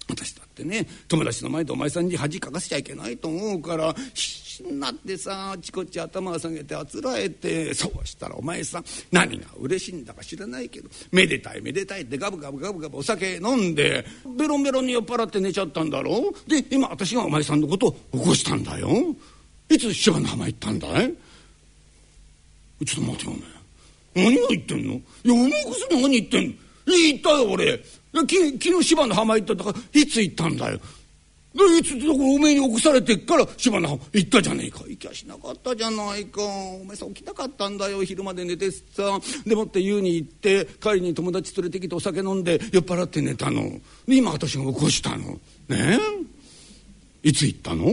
私だってね友達の前でお前さんに恥かかせちゃいけないと思うから必死になってさあちこち頭を下げてあつらえて、そうしたらお前さん何が嬉しいんだか知らないけどめでたいめでたいってガブガブガブガブお酒飲んでベロンベロンに酔っ払って寝ちゃったんだろう。で今私がお前さんのことを起こしたんだよ。いつ芝の浜行ったんだい。ちょっと待てよお前、何を言ってんの。いやお前こそ何言ってんの。言ったよ俺。き昨日芝の浜行ったんだからいつ行ったんだよ。いつおめえに起こされてっから芝の浜行ったじゃねえか。行きゃしなかったじゃないか。お前さ起きたかったんだよ。昼まで寝てさでもって湯に行って帰りに友達連れてきてお酒飲んで酔っ払って寝たの。で今私が起こしたのねえ。いつ行ったの。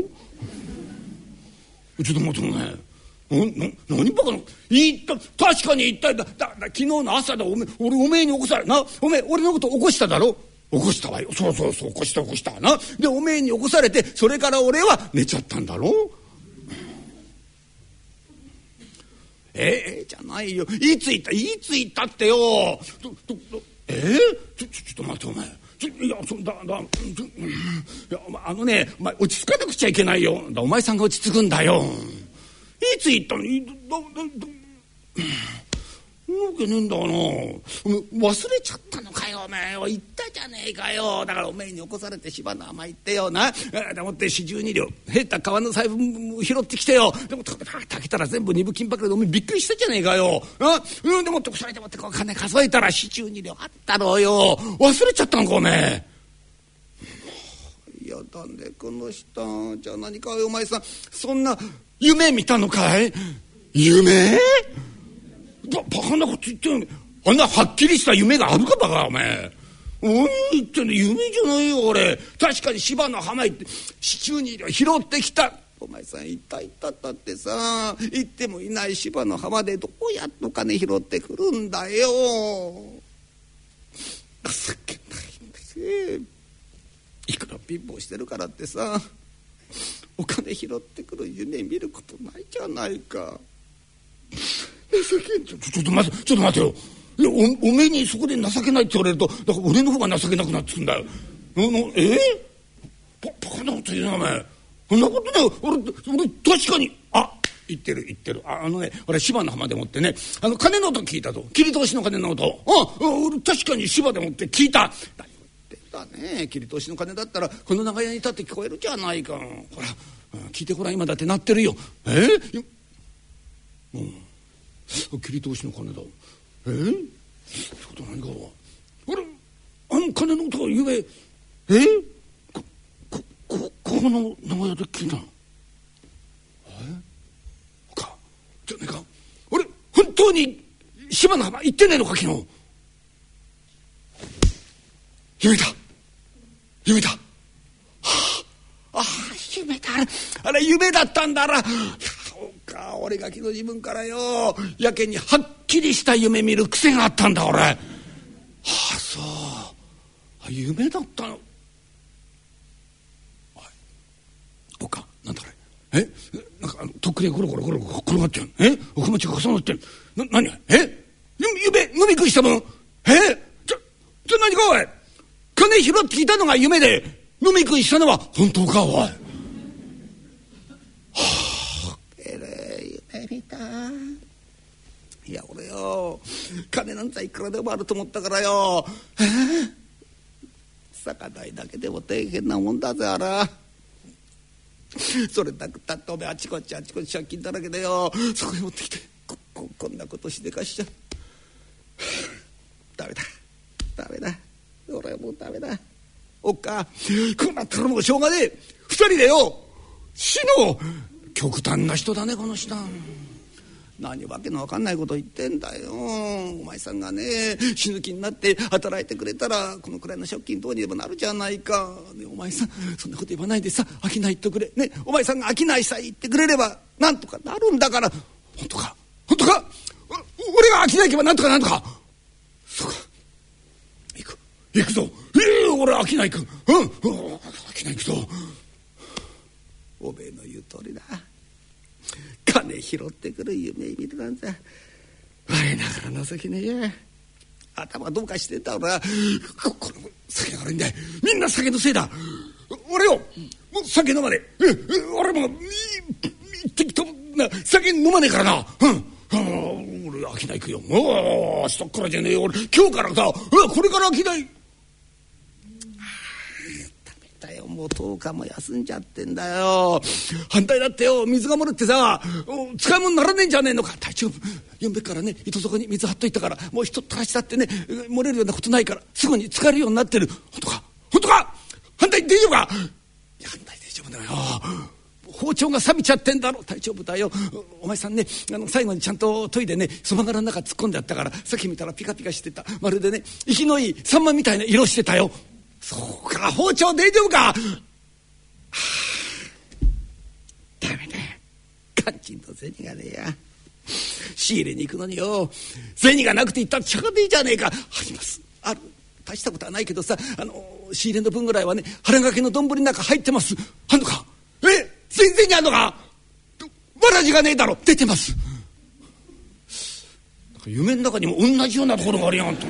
ちょっと待ってもねな何バカな言った確かに言っただだだ昨日の朝だおめ俺おめえに起こされなおめえ俺のこと起こしただろ。起こしたわよ。そうそうそう起こした起こしたな。でおめえに起こされてそれから俺は寝ちゃったんだろ。ええー、じゃないよ。いつ行ったいつ行ったってよ。どどどえー、ちょちょちょっと待ってお前いやそだだいやあのねお前落ち着かなくちゃいけないよ。だお前さんが落ち着くんだよ。いつ行ったの。いだだだなわけねえんだな。忘れちゃったのかよお前。言ったじゃねえかよ。だからおめえに起こされて芝の浜行ってよな。でもって四十二両減った革の財布拾ってきてよ。でも炊けたら全部二分金箔でおめえびっくりしたじゃねえかよ。あでもってそれでもってこう金数えたら四十二両あったろうよ。忘れちゃったのかおめえ。いやだねこの人。じゃあ何かお前さんそんな夢見たのかい。夢ババカなこと言ってんの。あんなはっきりした夢があるかバカお前。何言ってんの。夢じゃないよ俺。確かに芝の浜行って四十二両拾ってきた。お前さん行った行ったったってさ行ってもいない芝の浜でどうやっと金拾ってくるんだよ。情けないんですよ。いくら貧乏してるからってさお金拾ってくる夢見ることないじゃないか。情けんちょちょっと待ってちょっと待てよ。いや お, おめえにそこで情けないって言われるとだから俺の方が情けなくなってくんだよ。ののえババカなこと言うなお前。そんなことだよ。俺俺確かにあ言ってる言ってる あ, あのね俺芝の浜でもってねあの鐘の音聞いたぞ。切り通しの鐘の音。あ俺確かに芝でもって聞いた。だね切り通しの鐘だったらこの長屋に立って聞こえるじゃないか。ほら聞いてごらん今だって鳴ってるよ。えー、うん切り通しの鐘だ。えー、ちょっと何か俺あの鐘の音がゆええー、こここここの長屋で聞いたの。えかじゃねえか俺本当に芝の浜行ってねえのか昨日。夢だ夢だ。はあ、ああ夢だあれ夢だったんだな。そうか俺が昨日自分からよやけにはっきりした夢見る癖があったんだ俺。はあそうあ夢だったの。おかなんだあれえなんかあのとっくにゴロゴロゴロゴロ転がってん。えお気持ちが重なってんな何え夢飲み食いしたもん。えじゃじゃ何かおい金拾ってきたのが夢で飲み食いしたのは本当かおい。はあえれい夢見た。いや俺よ金なんざいくらでもあると思ったからよ。えー、酒代だけでも大変なもんだぜあら。それだくたっておめえあちこちあちこち借金だらけでよそこに持ってきて こ, こ, こんなことしでかしちゃダメだダメだ俺はもうダメだ。おっかこうなったらもうしょうがねえ。二人でよ死の極端な人だねこの人。何わけのわかんないこと言ってんだよ。お前さんがね死ぬ気になって働いてくれたらこのくらいの借金どうにでもなるじゃないか、ね、お前さんそんなこと言わないでさ商い言ってくれ、ね、お前さんが商いさえ言ってくれればなんとかなるんだから。本当か本当か俺が商い行けばなんとかなんとか。そうか行く行くぞ。ええー、俺商い行く。うん商い行くぞ。おめえの言う通りだ。金拾ってくる夢見るなんざ我ながら情けねえや。 頭どうかしてんだろうな。ここれ酒が悪いんだよ。みんな酒のせいだ。俺よもう酒飲まねえ。俺も適当な酒飲まねえからな。うん俺商い行くよ。おお明日からじゃねえよ。俺今日からさこれから商い。ダメだよもうとおかも休んじゃってんだよ。反対だってよ水が漏れってさ使い物にならねえんじゃねえのか。大丈夫ゆんべからね糸底に水張っといたからもう一たらしだってね漏れるようなことないからすぐに使えるようになってる。本当か本当か反対大丈夫か。いや反対大丈夫だよ。包丁が錆びちゃってんだろ。大丈夫だよお前さんねあの最後にちゃんと研いでねそば殻の中突っ込んであったからさっき見たらピカピカしてた。まるでね生きのいいサンマみたいな色してたよ。そうか包丁大丈夫か。はあ、ダメだ肝心の銭がねえや。仕入れに行くのによ銭がなくて行ったらしゃがねえじゃねえか。ありますある大したことはないけどさあの仕入れの分ぐらいはね腹掛けの丼の中入ってます。あんのかえ全然にあんのか。わらじがねえだろ。出てます。なんか夢の中にも同じようなところがあるやんと。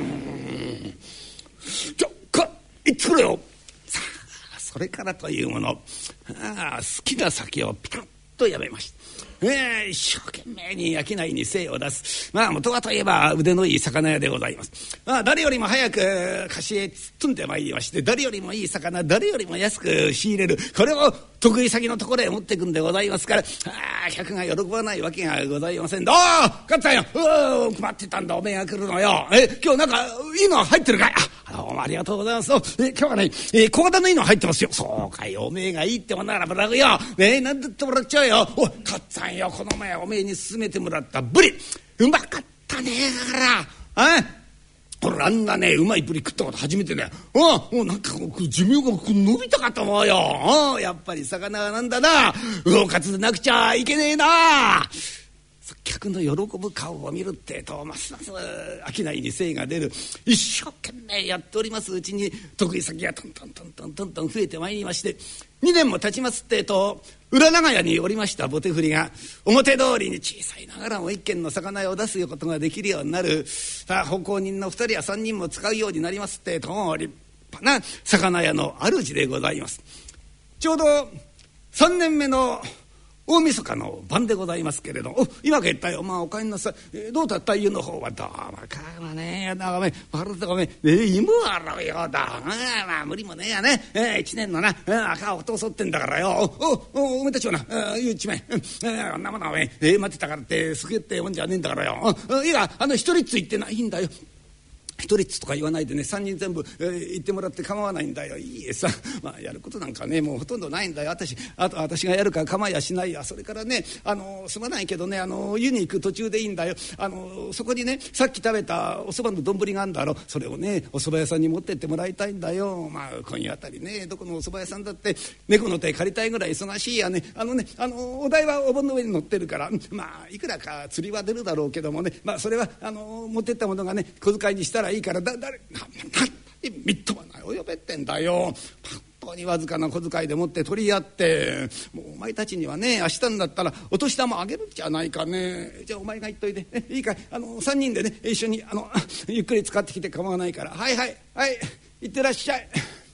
じゃか行ってくれよ。さあそれからというものあ好きな酒をピタッとやめました。えー、一生懸命に商いに精を出す。まあ元はといえば腕のいい魚屋でございます。まあ誰よりも早く菓子へ突っ込んでまいりまして誰よりもいい魚誰よりも安く仕入れるこれを得意先のところへ持っていくんでございますからあ客が喜ばないわけがございません。ああ勝ったよお待ってたんだおめえが来るのよ。え今日なんかいいの入ってるかい。あどうもありがとうございます。え今日はね、えー、小型のいいの入ってますよ。そうかいおめえがいいってもんならブラグよ。ねえなんだってもらっちゃうよ。おい勝ったんよこの前おめえに勧めてもらったブリうまかったねえだからあ俺あんなねうまいブリ食ったこと初めてだよ。あもうなんか寿命が伸びたかと思うよ。あやっぱり魚はなんだな魚カツでなくちゃいけねえな。客の喜ぶ顔を見るってとますます商いに精が出る。一生懸命やっておりますうちに得意先がトントントントントントン増えてまいりましてにねんも経ちますってと裏長屋におりましたボテ振りが表通りに小さいながらも一軒の魚屋を出すことができるようになる。さあ奉公人のふたりやさんにんも使うようになりますってと立派な魚屋の主でございます。ちょうどさんねんめの大晦日の晩でございますけれども今帰ったよまあお帰りなさい、えー、どうだった家の方は。どうもかもねえだごめんバルとごめん芋あろうよだまあ無理もねえやね、えー、一年のな赤を通ってんだからよおおおめえたちはな言うちめん、えー、あんなものはおめえ待ってたからってすげえってもんじゃねえんだからよ。いいかあの一人っつ言ってないいんだよ。一人っつとか言わないでね三人全部、えー、言ってもらって構わないんだよ。いいえさまあやることなんかねもうほとんどないんだよ。私あと私がやるから構いやしないや。それからねあのすまないけどねあの湯に行く途中でいいんだよ。あのそこにねさっき食べたおそばの丼があるんだろそれをねおそば屋さんに持ってってもらいたいんだよ。まあ今夜あたりねどこのおそば屋さんだって猫の手借りたいぐらい忙しいやね。あのねあのお代はお盆の上に乗ってるからまあいくらか釣りは出るだろうけどもねまあそれはあの持ってったものがね小遣いにしたらいいからだ誰ななんでみっともないお呼べってんだよ。本当にわずかな小遣いでもって取り合ってもうお前たちにはね明日になったらお年玉あげるんじゃないかね。じゃあお前が言っといていいかいあのさんにんでね一緒にあのゆっくり使ってきて構わないからはいはいはい行ってらっしゃい。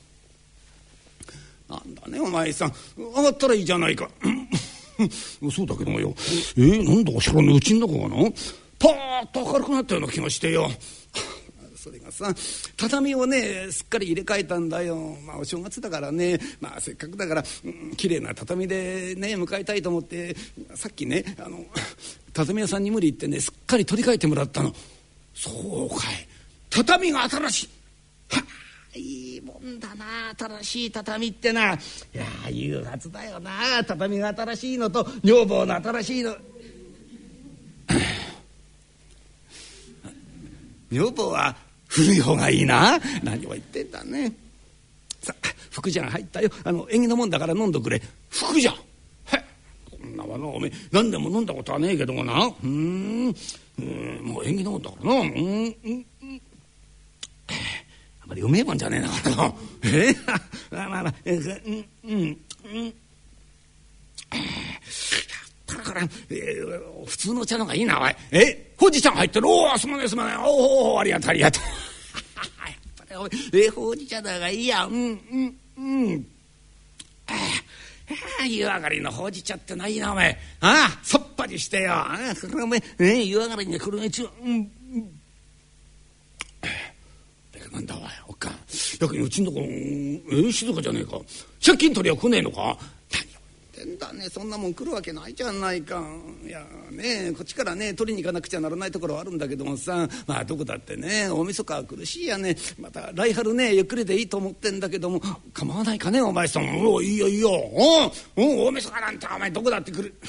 なんだねお前さん上がったらいいじゃないか。そうだけどもよえー、なんだかしらねうちの中がなパーッと明るくなったような気がしてよ。それがさ畳をねすっかり入れ替えたんだよ。まあお正月だからねまあせっかくだから、うん、綺麗な畳でね迎えたいと思ってさっきねあの畳屋さんに無理言ってねすっかり取り替えてもらったの。そうかい畳が新しい。はあいいもんだな新しい畳ってな。いや誘発だよな畳が新しいのと女房の新しいの。女房は古い方がいいな。何を言ってんだね。さあ福じゃん入ったよあの縁起のもんだから飲んどくれ。福じゃんへこんなものおめえ何でも飲んだことはねえけどもなうんうんもう縁起のもんだからなうんうんあんまりうめえもんじゃねえなからなえまあまあまあうんうんうんだから、えー、普通の茶のがいいなおいえほうじ茶が入ってるおおすまねえすまねえおおありがとうありがとうれおめえほうじ茶だがいいやうんうんうんああ湯上がりのほうじ茶ってないなお前ああさっぱりしてよああそれお前、ね、湯上がりに来るうちはうんうんなんだおいおっかんやけにうちんとこええ静かじゃねえか借金取りは来ねえのか何言ってんだねそんなもん来るわけないじゃないかいやねこっちからね取りに行かなくちゃならないところはあるんだけどもさまあどこだってね大晦日は苦しいやねまた来春ねゆっくりでいいと思ってんだけども構わないかねお前さんおいいよいいよおお大晦日なんてお前どこだって来る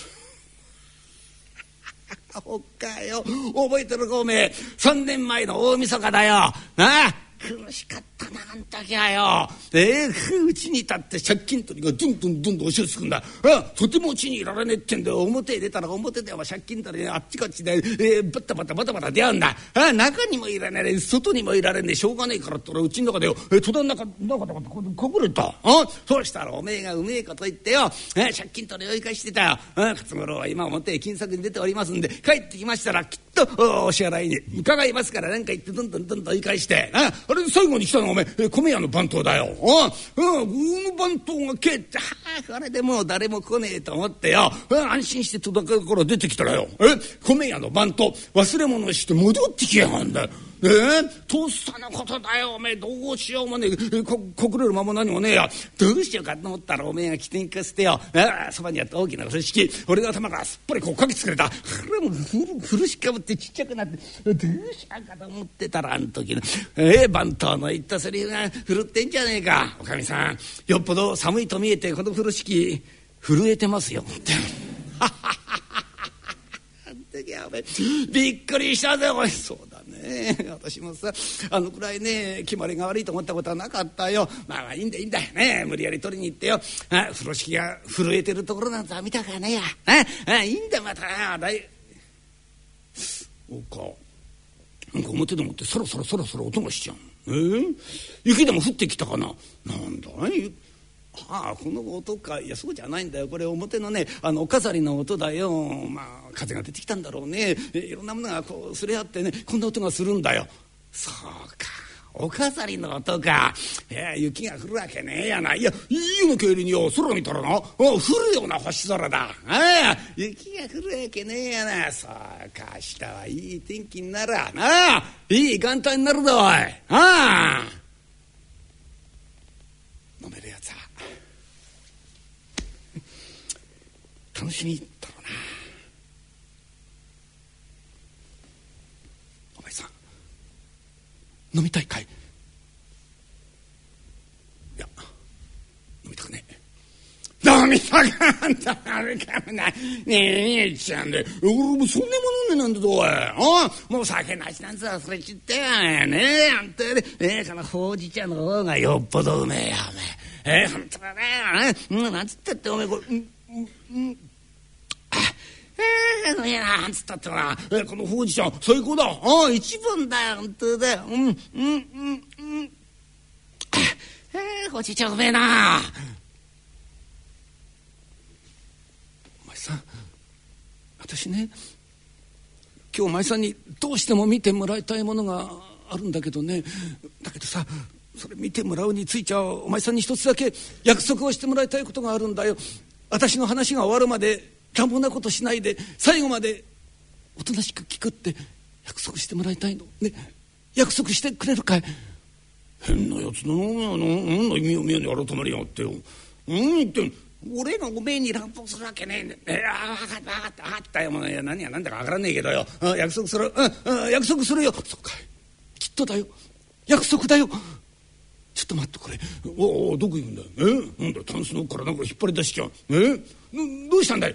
おっかよ覚えてるかおめえさんねんまえの大晦日だよなあ苦しかったなあん時はよえー、うちに立って借金取りがどんどんどんどん押しつくんだあとてもうちにいられねえってんだよ表へ出たら表では借金取りあっちこっちで、えー、バタバタバタバタ出会うんだあ中にもいられねえ外にもいられねえしょうがねえからって俺うちの中でよ、えー、戸田の中中で隠れたあそうしたらおめえがうめえこと言ってよ、えー、借金取り追い返してたよ勝五郎は今表へ金策に出ておりますんで帰ってきましたらきっとお支払いに伺いますからなんか言ってどんどんどんどん追い返してああれ最後に来たのがおめえ米屋の番頭だよああうんの番頭が帰ってはあこれでもう誰も来ねえと思ってよ安心して戸田から出てきたらよえ米屋の番頭忘れ物して戻ってきやがんだよえー、とっさのことだよおめえどうしようもねえこ隠れる間も何もねえやどうしようかと思ったらおめえが起点化してよそばにあった大きな風呂敷俺の頭からすっぽりこうかけつくれたこれも風呂敷かぶってちっちゃくなってどうしようかと思ってたらあの時のえー、番頭の言ったセリフがふるってんじゃねえかおかみさんよっぽど寒いと見えてこの風呂敷震えてますよってびっくりしたぜおいそうだね私もさあのくらいね決まりが悪いと思ったことはなかったよまあまあいいんだいいんだね無理やり取りに行ってよあ風呂敷が震えてるところなんざ見たかねえやああいいんだまただいそうかなんか表でもってそろそろそろそろ音がしちゃうえー、雪でも降ってきたかななんだいはあこの音かいやそうじゃないんだよこれ表のねあのお飾りの音だよまあ風が出てきたんだろうねいろんなものがこうすれ合ってねこんな音がするんだよそうかお飾りの音かいや雪が降るわけねえやないやいいの帰りによ空見たらな降るような星空だああ雪が降るわけねえやなそうか明日はいい天気になるなあいい元旦になるぞおいああ飲めるやつは楽しみだろうなお前さん飲みたいかいいや飲みたくねえ飲みたかんだあれかもなねえ兄ちゃんで俺もそんなもの飲んでなんだぞおいあもう酒なしなんざ忘れちってやねえあんたよりええこのほうじ茶の方がよっぽどうめえやおめええー、ほんとだねうんなんつったっておめえこれうんうんうんえー、いやなんつったってな、えー、このほうじ茶最高だああ一番だよ本当だようんうんうんうんえー、ほうじ茶うめえなお前さん私ね今日お前さんにどうしても見てもらいたいものがあるんだけどねだけどさそれ見てもらうについちゃお前さんに一つだけ約束をしてもらいたいことがあるんだよ私の話が終わるまで乱暴なことしないで最後までおとなしく聞くって約束してもらいたいのね約束してくれるかい変なやつだななんだ意味を見ように改まりやがってようんって俺がおめえに乱暴するわけねええあ分かった分かった分かったよもういや何が何だか分からねえけどよ約束するうん約束するよそうかいきっとだよ約束だよちょっと待ってこれおおどこ行くんだえなんだタンスの奥からなんか引っ張り出しちゃうえどうしたんだい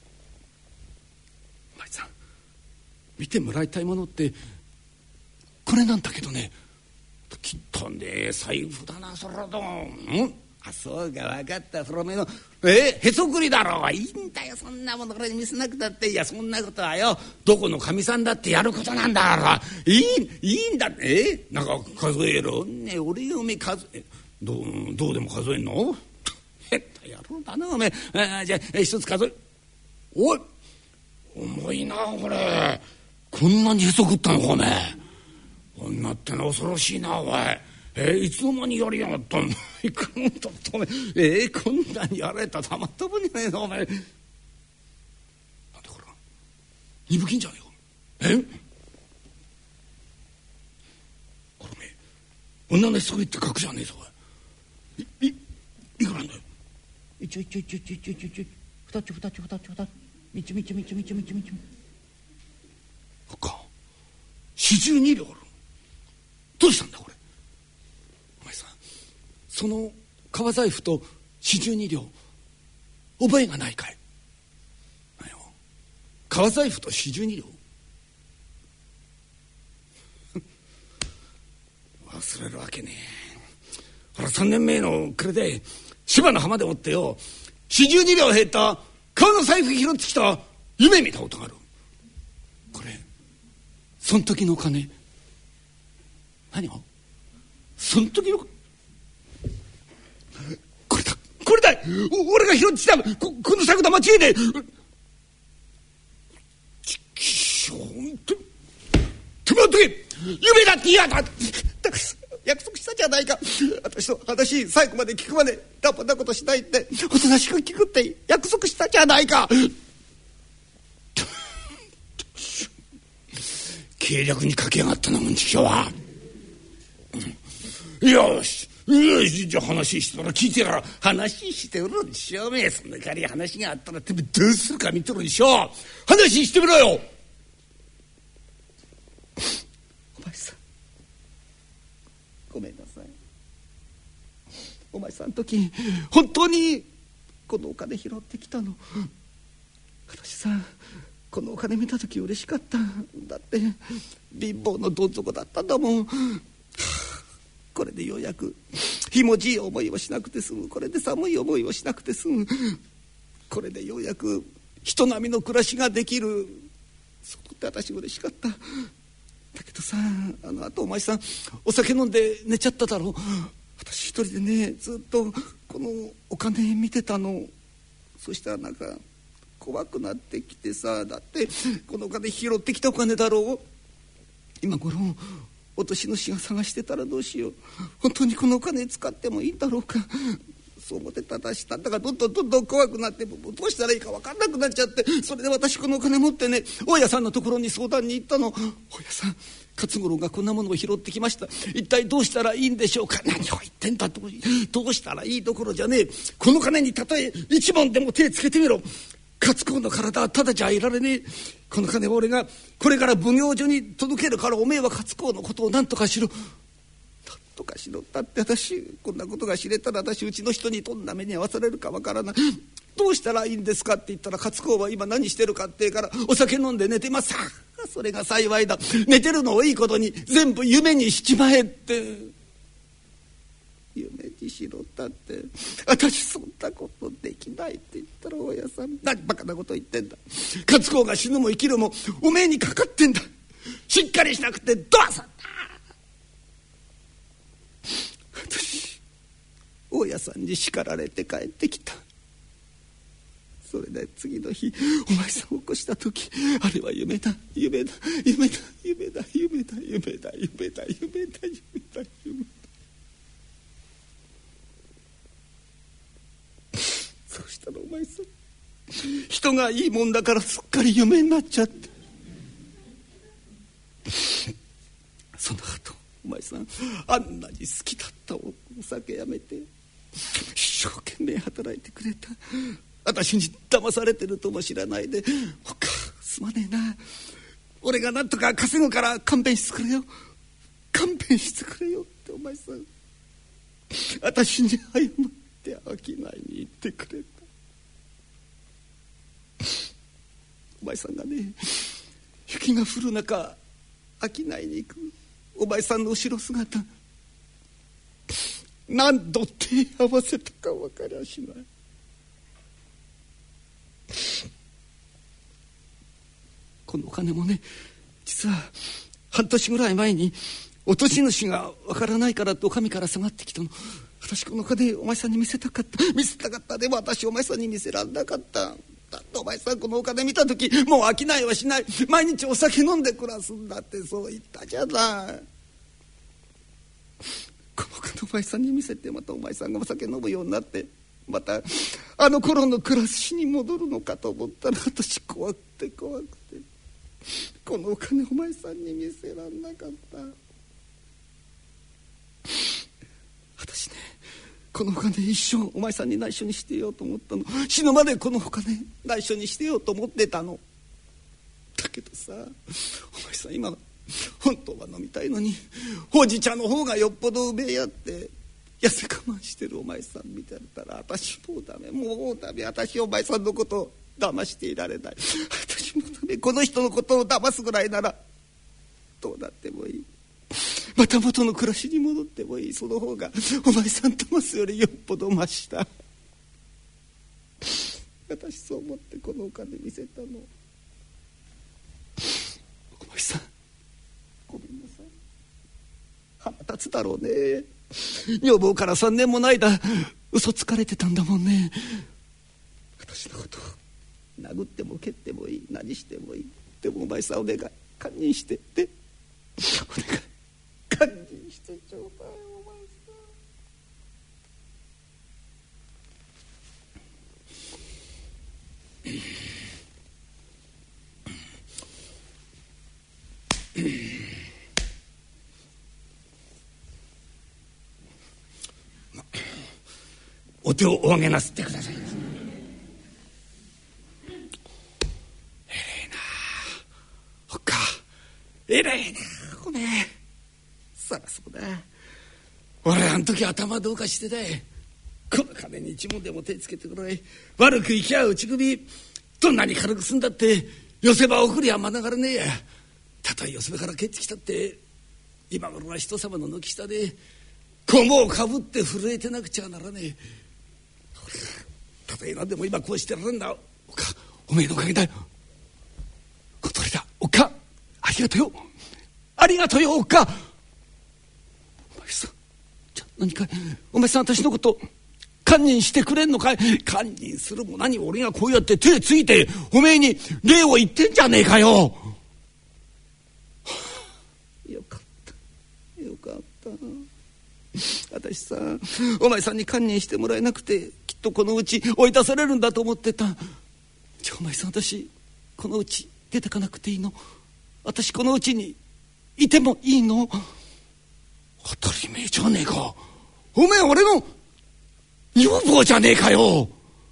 お前さん見てもらいたいものってこれなんだけどねきっとね財布だなそれとんあそうか分かった風呂目のえへそくりだろういいんだよそんなものこれ見せなくたっていやそんなことはよどこのかみさんだってやることなんだからいいいいんだえなんか数えろね俺よめ数えどうどうでも数えんのへった野郎だなおめえあじゃあ一つ数えおい重いなこれこんなにへそくったのかおめえ女っての恐ろしいなおいえー、いつの間にやりやがったんだいかんととめえー、こんなにやられたらたまったもんじゃねえぞお前。なんでこれ二分金じゃねえか。えこれめ女のすごいって書くじゃねえぞ。いいいくらなんだよ。一応一応一応一応一応一応二つ二つ二つ二つみちみちみちみちみちみちそっか四十二両ある。どうしたんだこれ。お前さんその革財布と四十二両覚えがないかい。何よ革財布と四十二両忘れるわけねえ。ほら三年前の暮れで芝の浜でもってよ四十二両減った革の財布拾ってきた夢見たことがある。これそん時の金。何をそん時のこれだこれだ俺が拾ってきた こ, この財布だ間違いで。ちきしょうと止まっとけ夢だって嫌だだから約束したじゃないか。私と話最後まで聞くまでダボなことしないっておとなしく聞くって約束したじゃないか。計略にかけやがったなもんちきょうは。よしよしじゃあ話してたら聞いてから話しておるんでしょうめ。そんな仮話があったらてめえどうするか見とるでしょう。話してみろよ。お前さんごめんなさい。お前さんの時本当にこのお金拾ってきたの。私さこのお金見た時嬉しかった。だって貧乏のどん底だったんだもん。これでようやくひもじい思いをしなくて済む。これで寒い思いをしなくて済む。これでようやく人並みの暮らしができる。そこって私嬉しかった。だけどさあのあとお前さんお酒飲んで寝ちゃっただろ。私一人でねずっとこのお金見てたの。そしたらなんか怖くなってきてさ。だってこのお金拾ってきたお金だろう。今頃落とし主が探してたらどうしよう。本当にこのお金使ってもいいんだろうか。そう思ってただしたんだからどんどんどんどん怖くなってもうどうしたらいいか分かんなくなっちゃって。それで私このお金持ってね大家さんのところに相談に行ったの。大家さん勝五郎がこんなものを拾ってきました。一体どうしたらいいんでしょうか。何を言ってんだ。どう、どうしたらいいどころじゃねえ。この金にたとえ一文でも手つけてみろ。勝公の体はただじゃいられねえ。この金は俺がこれから奉行所に届けるからおめえは勝公のことを何とかしろ。何とかしろったって私こんなことが知れたら私うちの人にどんな目に遭わされるかわからない。どうしたらいいんですかって言ったら勝公は今何してるかって言うからお酒飲んで寝てます。それが幸いだ。寝てるのをいいことに全部夢にしちまえって。夢にしろったって私そんなことできないって言ったら大家さん何バカなこと言ってんだ。勝公が死ぬも生きるもおめえにかかってんだ。しっかりしなくてどうすんだ。私大家さんに叱られて帰ってきた。それで次の日お前さんを起こした時あれは夢だ夢だ夢だ夢だ夢だ夢だ夢だ夢だ夢だ夢だ。そうしたらお前さん人がいいもんだからすっかり夢になっちゃって。その後お前さんあんなに好きだったお酒やめて一生懸命働いてくれた。私に騙されてるとも知らないでおっかすまねえな。俺がなんとか稼ぐから勘弁してくれよ勘弁してくれよってお前さん私に謝って商いに行ってくれた。お前さんがね雪が降る中商いに行くお前さんの後ろ姿何度手合わせたか分かりゃしない。このお金もね実は半年ぐらい前に落とし主が分からないからってお上から下がってきたの。私この金お前さんに見せたかった見せたかった。でも私お前さんに見せられなかった。だってお前さんこのお金見た時もう商いはしない毎日お酒飲んで暮らすんだってそう言ったじゃない。このお前さんに見せて、またお前さんがお酒飲むようになって、またあの頃の暮らしに戻るのかと思ったら、私怖くて怖くて、このお金お前さんに見せらんなかった。私ね、このお金一生お前さんに内緒にしてようと思ったの。死ぬまでこのお金内緒にしてようと思ってたの。だけどさ、お前さん今本当は飲みたいのに、ほうじ茶の方がよっぽどうめえやって痩せ我慢してるお前さん見てたら、私もうダメ、もうダメ。私お前さんのことを騙していられない。私もダメ。この人のことを騙すぐらいならどうなってもいい。また元の暮らしに戻ってもいい。その方がお前さん騙すよりよっぽどました。私そう思ってこのお金見せたの。お前さんごめんなさい。腹立つだろうね。女房からさんねんもの間嘘つかれてたんだもんね。私のこと殴っても蹴ってもいい、何してもいい。でもお前さんお願い、堪忍してってお願い、堪忍してちょうだいお前さん。お手をお上げなすってください。えれえなおっか、えれえなおめえ。そらそうだ、俺あん時頭どうかしてだい。この金に一文でも手つけてくれ。悪く生きゃ打ち首、どんなに軽くすんだって寄せば送りは免れねえや。たとえ寄せ場から帰ってきたって今頃は人様の軒下で菰をかぶって震えてなくちゃならねえ。たとえ何でも今こうしてられんだ。おっか、おめえのおかげだよ。小鳥だ、おっか、ありがとうよ、ありがとうよおっか。お前さん、じゃ何かお前さん私のこと堪忍してくれんのかい。堪忍するも何も俺がこうやって手ついておめえに礼を言ってんじゃねえかよ。よかったよかった。私さ、お前さんに堪忍してもらえなくてきっとこのうち追い出されるんだと思ってた。じゃあお前さん、私このうち出てかなくていいの？私このうちにいてもいいの？当たり前じゃねえか。おめえ俺の女房じゃねえかよ。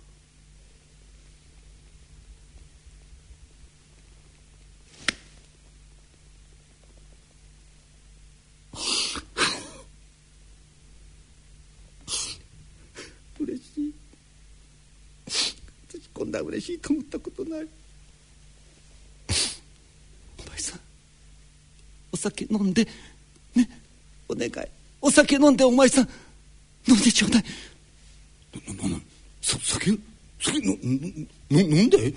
嬉しい。私こんな嬉しいと思ったことない。お前さん、お酒飲んでね、お願い、お酒飲んでお前さん飲んでちょうだい。な、な、な、さ、酒酒の、の、飲んで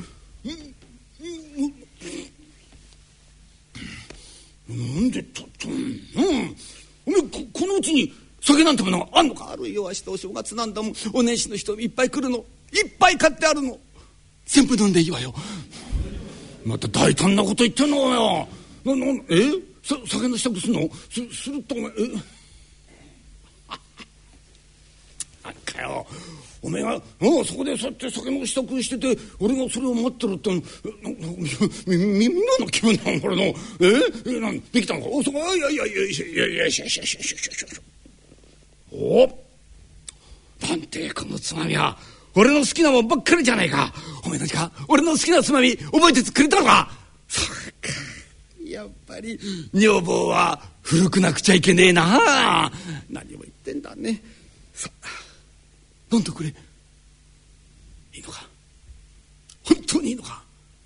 なんでと、と、うん。お前こ、このうちに酒なんてものがあんのか。あるよ、明日お正月なんだもん。お年始の人いっぱい来るの、いっぱい買ってあるの。全部飲んでいいわよ。また大胆なこと言ってんのよ。な、な、えさ、酒の支度するの？す、するとお前、えなんかよ、お前がおそこでそうやって酒の支度してて俺がそれを待ってるってみみんなの気分なのこれの。ええなんできたのか。おそこ、いやいやいやいやいやいやいやいやいやいやおなんてこのつまみは俺の好きなもんばっかりじゃないか。お前何か俺の好きなつまみ覚えてくれたのか。そうか、やっぱり女房は古くなくちゃいけねえな。何も言ってんだね。さあ飲んでくれ。いいのか、本当にいいのか。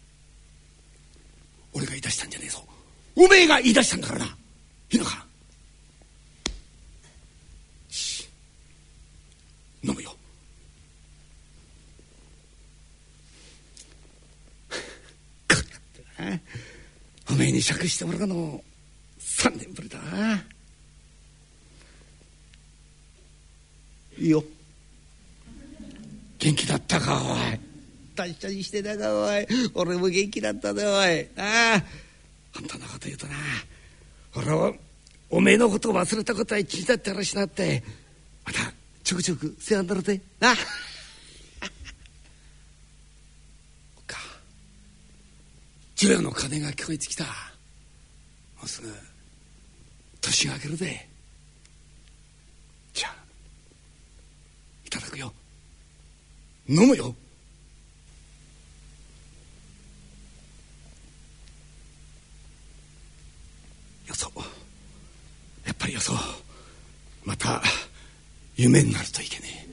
俺が言い出したんじゃねえぞ、おめえが言い出したんだからな。いいのか。飲むよ。こうやってな、おめえに酌してもらうのさんねんぶりだな。いいよ。元気だったかおい。達者にしてたかおい。俺も元気だったでおい。ああ、本当のこと言うとな、俺はおめえのことを忘れたことは一日だって話だってちょくちょく世話になるでな。か除夜の鐘が聞こえてきた。もうすぐ年が明けるで。じゃあいただくよ。飲むよ。よそやっぱりよそまた夢になるといけねえ。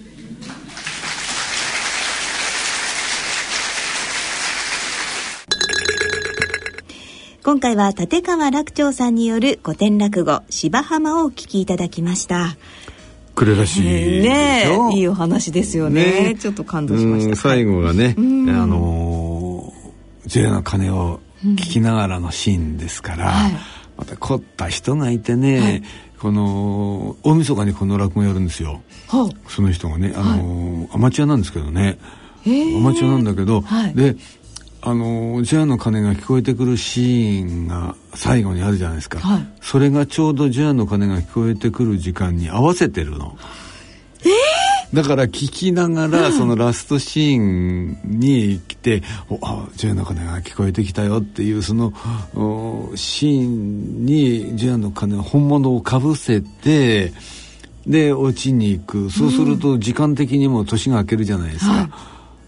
今回は立川楽長さんによる古典落語芝浜をお聞きいただきました。 くれらしいでしょ、 ね、いいお話ですよ ね, ねちょっと感動しました。 最後がね、あの除夜の鐘を聞きながらのシーンですから、うんはい、また凝った人がいてね、はい、この大晦日にこの落語やるんですよ、はあ、その人がね、あの、はい、アマチュアなんですけどね、アマチュアなんだけど、はい、であの除夜の鐘が聞こえてくるシーンが最後にあるじゃないですか、はい、それがちょうど除夜の鐘が聞こえてくる時間に合わせてるの。 えー、 だから聞きながらそのラストシーンに来て、うん、あ除夜の鐘が聞こえてきたよっていうそのシーンに除夜の鐘の本物をかぶせてで落ちに行く。そうすると時間的にも年が明けるじゃないですか、はい、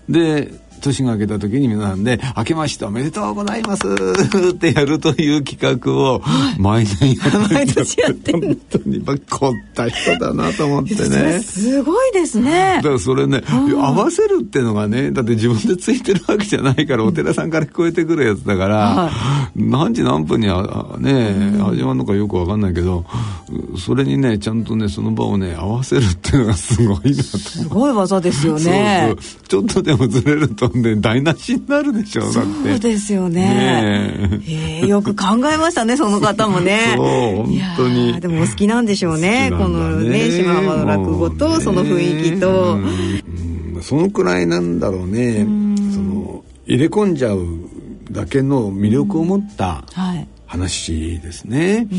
で年が明けた時に皆さんで明けましておめでとうございますってやるという企画を毎年やってる、 毎年やってる。 本当に凝った人だなと思ってね。 すごいですね。 だからそれね、合わせるっていうのがね、だって自分でついてるわけじゃないからお寺さんから聞こえてくるやつだから、はい、何時何分にはね、うん、始まるのかよくわかんないけど、それにねちゃんとねその場をね合わせるっていうのがすごいなと。 すごい技ですよね。 そうそう、ちょっとでもずれるとね台無しになるでしょ。だってそうですよね。ねえー、よく考えましたねその方もね。 そう本当に。 でもお好きなんでしょうね。このね芝浜の落語とその雰囲気と、うんうん、そのくらいなんだろうね。うその入れ込んじゃうだけの魅力を持った話ですね。うん、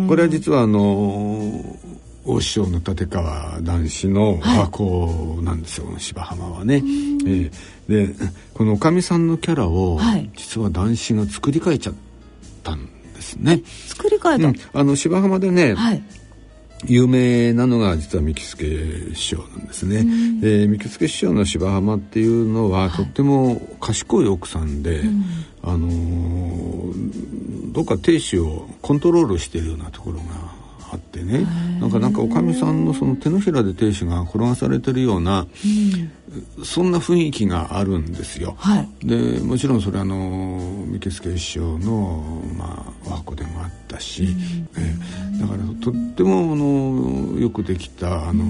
これは実はあの大師匠の立川談志のお箱なんですよ、はい、芝浜はね、えー、でこのおかみさんのキャラを、はい、実は談志が作り変えちゃったんですね。 作り変えた、うん、 あの芝浜でね、はい、有名なのが実は三木助師匠なんですね。で三木助師匠の芝浜っていうのは、はい、とっても賢い奥さんで、うん、あのー、どっか亭主をコントロールしているようなところがあってね、なんかなんかおかみさんのその手のひらで亭主が転がされてるような、うん、そんな雰囲気があるんですよ、はい、でもちろんそれはあの三木助師匠の、まあ、お箱でもあったし、うんえー、だからとってもあのよくできたあの、うん、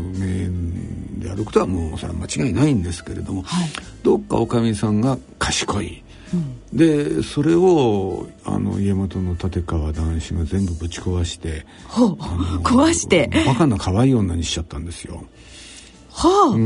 名演であることはもうそれは間違いないんですけれども、はい、どっかおかみさんが賢い、うん、でそれをあの家元の立川談志が全部ぶち壊してほうあの壊してバカな可愛い女にしちゃったんですよ。 はあ、 うん、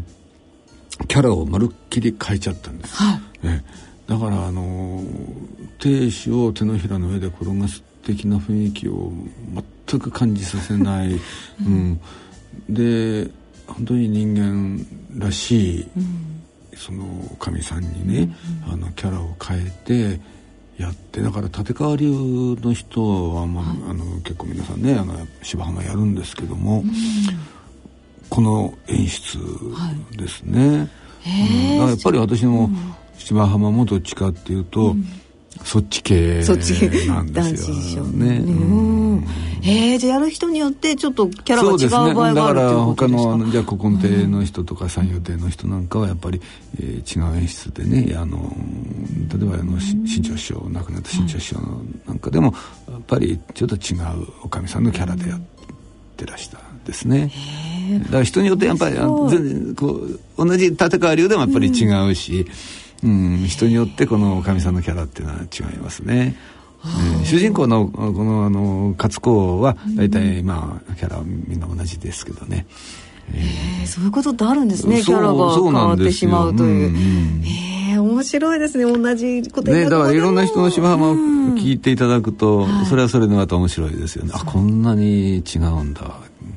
キャラをまるっきり変えちゃったんです、はあね、だからあの亭主を手のひらの上で転がす的な雰囲気を全く感じさせない、うん、で本当に人間らしい、うんその神さんにね、うんうん、あのキャラを変えてやってだから立川流の人は、まあはい、あの結構皆さんねあの芝浜やるんですけども、うん、この演出ですね、はいうん、だからやっぱり私も芝浜もどっちかっていうと、うんそっち系なんですよね。 うん、へえ、じゃあやる人によってちょっとキャラが違う場合があるっていうことですか。 だから他のじゃあ古今亭の人とか三遊亭の人なんかはやっぱり、えー、違う演出でね、あの例えばあの新潮師匠亡くなった新潮師匠なんかでもやっぱりちょっと違うおかみさんのキャラでやってらしたんですね。へだから人によってやっぱり全然こう同じ立川流でもやっぱり違うし。うんうん、人によってこのおかみさんのキャラっていうのは違いますね。えー、主人公のこのあの勝子は大体まあキャラはみんな同じですけどね。 えー、そういうことってあるんですね。キャラが変わってしまうという。うんうん、えー、面白いですね。同じことね。だからいろんな人の芝浜を聞いていただくと、うん、それはそれでまた面白いですよね。はい、あこんなに違うんだ。あ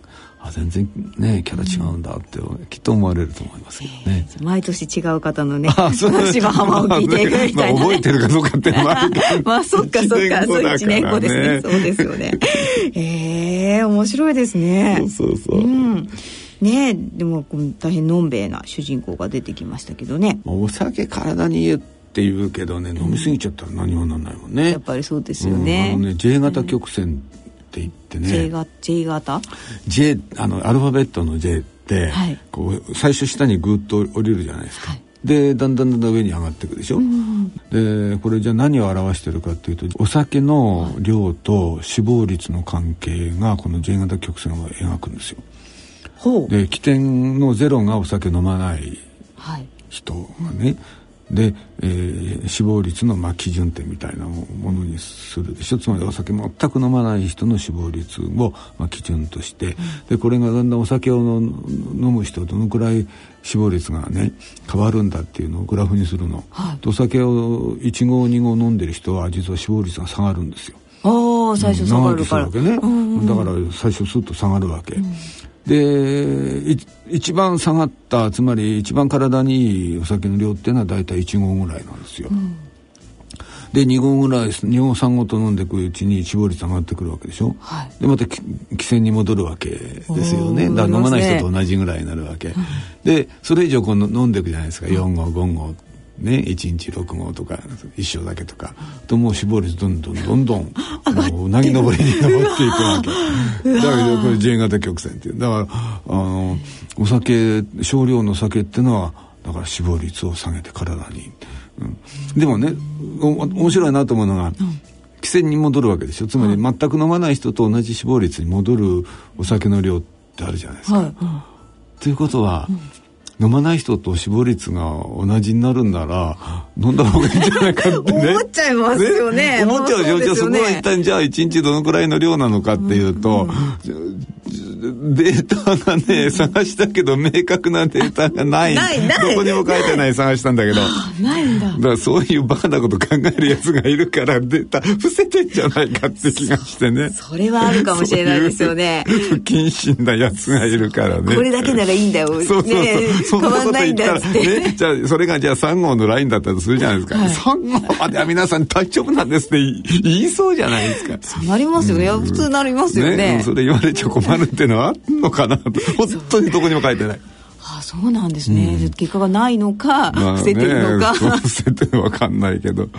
あ全然ねキャラ違うんだってきっと思われると思いますけどね、 えー、毎年違う方のね芝浜を聞いていくみたいな、 まあ、覚えてるかどうかっていうのもあるけどまあそっかそっかそういちねんごですねそうですよねえー、面白いですねそうそうそう、 うんねえ、でも大変のんべえな主人公が出てきましたけどね。 お酒体にいいって言うけどね、飲みすぎちゃったら何もなんないもんね。 やっぱりそうですよね。 うん、あのね J 型曲線って言ってね、 J 型 J 型 J あのアルファベットの J って、はい、こう最初下にグッと降りるじゃないですか、はい、でだんだんだんだん上に上がっていくでしょ、うん、でこれじゃあ何を表してるかっていうとお酒の量と死亡率の関係がこの J 型曲線を描くんですよ。で起点のゼロがお酒飲まない人がね、はい、で、えー、死亡率のまあ基準点みたいなものにするでしょ。つまりお酒全く飲まない人の死亡率をまあ基準として、うん、でこれがだんだんお酒を飲む人どのくらい死亡率がね変わるんだっていうのをグラフにするの、はい、お酒をいちごにご飲んでる人は実は死亡率が下がるんですよ。 ああ最初下がるから、うん、 長生きするわけね、うんうん、だから最初スッと下がるわけ、うんで一番下がったつまり一番体にいいお酒の量っていうのはだいたいいちごうぐらいなんですよ、うん、でにごうぐらいにごさんごと飲んでいくうちに死亡率上がってくるわけでしょ、はい、でまた規制に戻るわけですよね。だから飲まない人と同じぐらいになるわけ、うん、でそれ以上この飲んでいくじゃないですか、よんごうごごうね、いちにちろくごうとか一生だけとかともう死亡率どんどんどんどんもううなぎ登りに登っていくわけだからこれ J 型曲線っていうだからあのお酒少量の酒っていうのはだから死亡率を下げて体に、うん、でもねお面白いなと思うのが、うん、規制に戻るわけでしょ。つまり全く飲まない人と同じ死亡率に戻るお酒の量ってあるじゃないですか、はいうん、ということは、うん飲まない人と死亡率が同じになるんなら飲んだ方がいいんじゃないかってね思っちゃいますよ ね, ね思っちゃうでしょ、ね、じゃあそこは一体じゃあいちにちどのくらいの量なのかっていうと、うん、データがね探したけど明確なデータがないないないどこにも書いてない探したんだけどないんだ。 だからそういうバカなこと考えるやつがいるからデータ伏せてんじゃないかって気がしてねそれはあるかもしれないですよね不謹慎なやつがいるからねこれだけならいいんだよそうそうそう、ね変わんないんだっつって、 ね、じゃあそれがじゃあさんごうのラインだったとするじゃないですか、はい、さんごうまでは皆さん大丈夫なんですって言いそうじゃないですか。 そうなりますよね、うん、普通なりますよね。 ねそれ言われちゃ困るっていうのはあるのかなと本当にどこにも書いてない。 ああそうなんですね、うん、結果がないのか、まあね、伏せてるのか伏せてるのか分かんないけど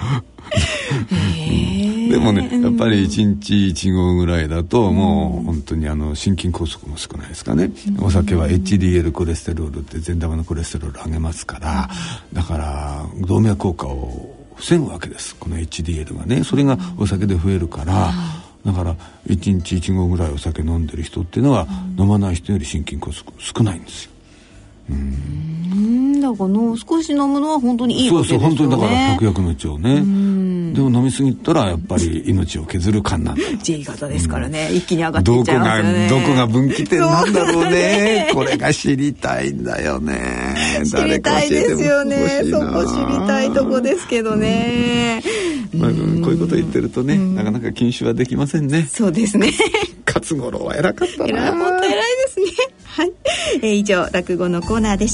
でもねやっぱりいちにちいちごうぐらいだともう本当にあの心筋梗塞も少ないですかね、うん、お酒は エイチディーエル コレステロールって善玉のコレステロール上げますから、うん、だから動脈硬化を防ぐわけですこの エイチディーエル がね。それがお酒で増えるから、うん、だからいちにちいちごうぐらいお酒飲んでる人っていうのは、うん、飲まない人より心筋梗塞少ないんですよ。うーんだからの少し飲むのは本当にいいわけですよね。 そうそう本当にだから百薬の長ね。でも飲みすぎたらやっぱり命を削る感なんだ J 型ですからね、うん、一気に上がっていっちゃいますよね。 どこがどこが分岐点なんだろうねこれが知りたいんだよね。 知りたいですよね。そこ知りたいとこですけどね、 うんまあ、こういうこと言ってるとね、うん、なかなか禁酒はできませんね。 そうですね勝五郎は偉かったな。 偉本当偉いですねはい、えー、以上落語のコーナーでした。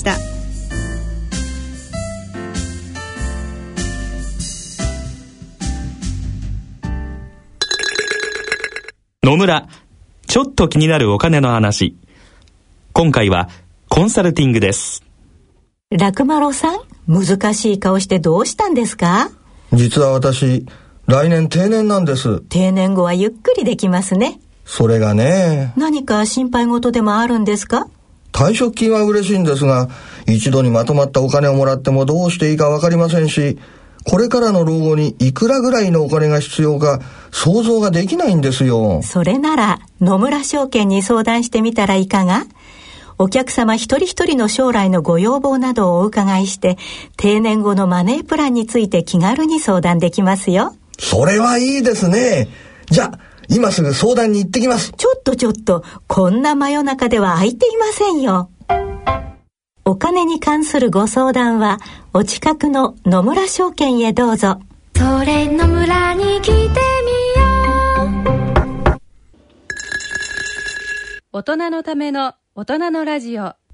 野村、ちょっと気になるお金の話。今回はコンサルティングです。 楽丸さん、難しい顔してどうしたんですか？ 実は私、来年定年なんです。 定年後はゆっくりできますね。 それがね。 何か心配事でもあるんですか？ 退職金は嬉しいんですが、一度にまとまったお金をもらってもどうしていいかわかりませんし、これからの老後にいくらぐらいのお金が必要か想像ができないんですよ。 それなら野村証券に相談してみたらいかが？お客様一人一人の将来のご要望などをお伺いして、定年後のマネープランについて気軽に相談できますよ。 それはいいですね。じゃあ今すぐ相談に行ってきます。 ちょっとちょっと、こんな真夜中では空いていませんよ。お金に関するご相談はお近くの野村証券へどうぞ。 それ野村に来てみよう。 大人のための大人のラジオ。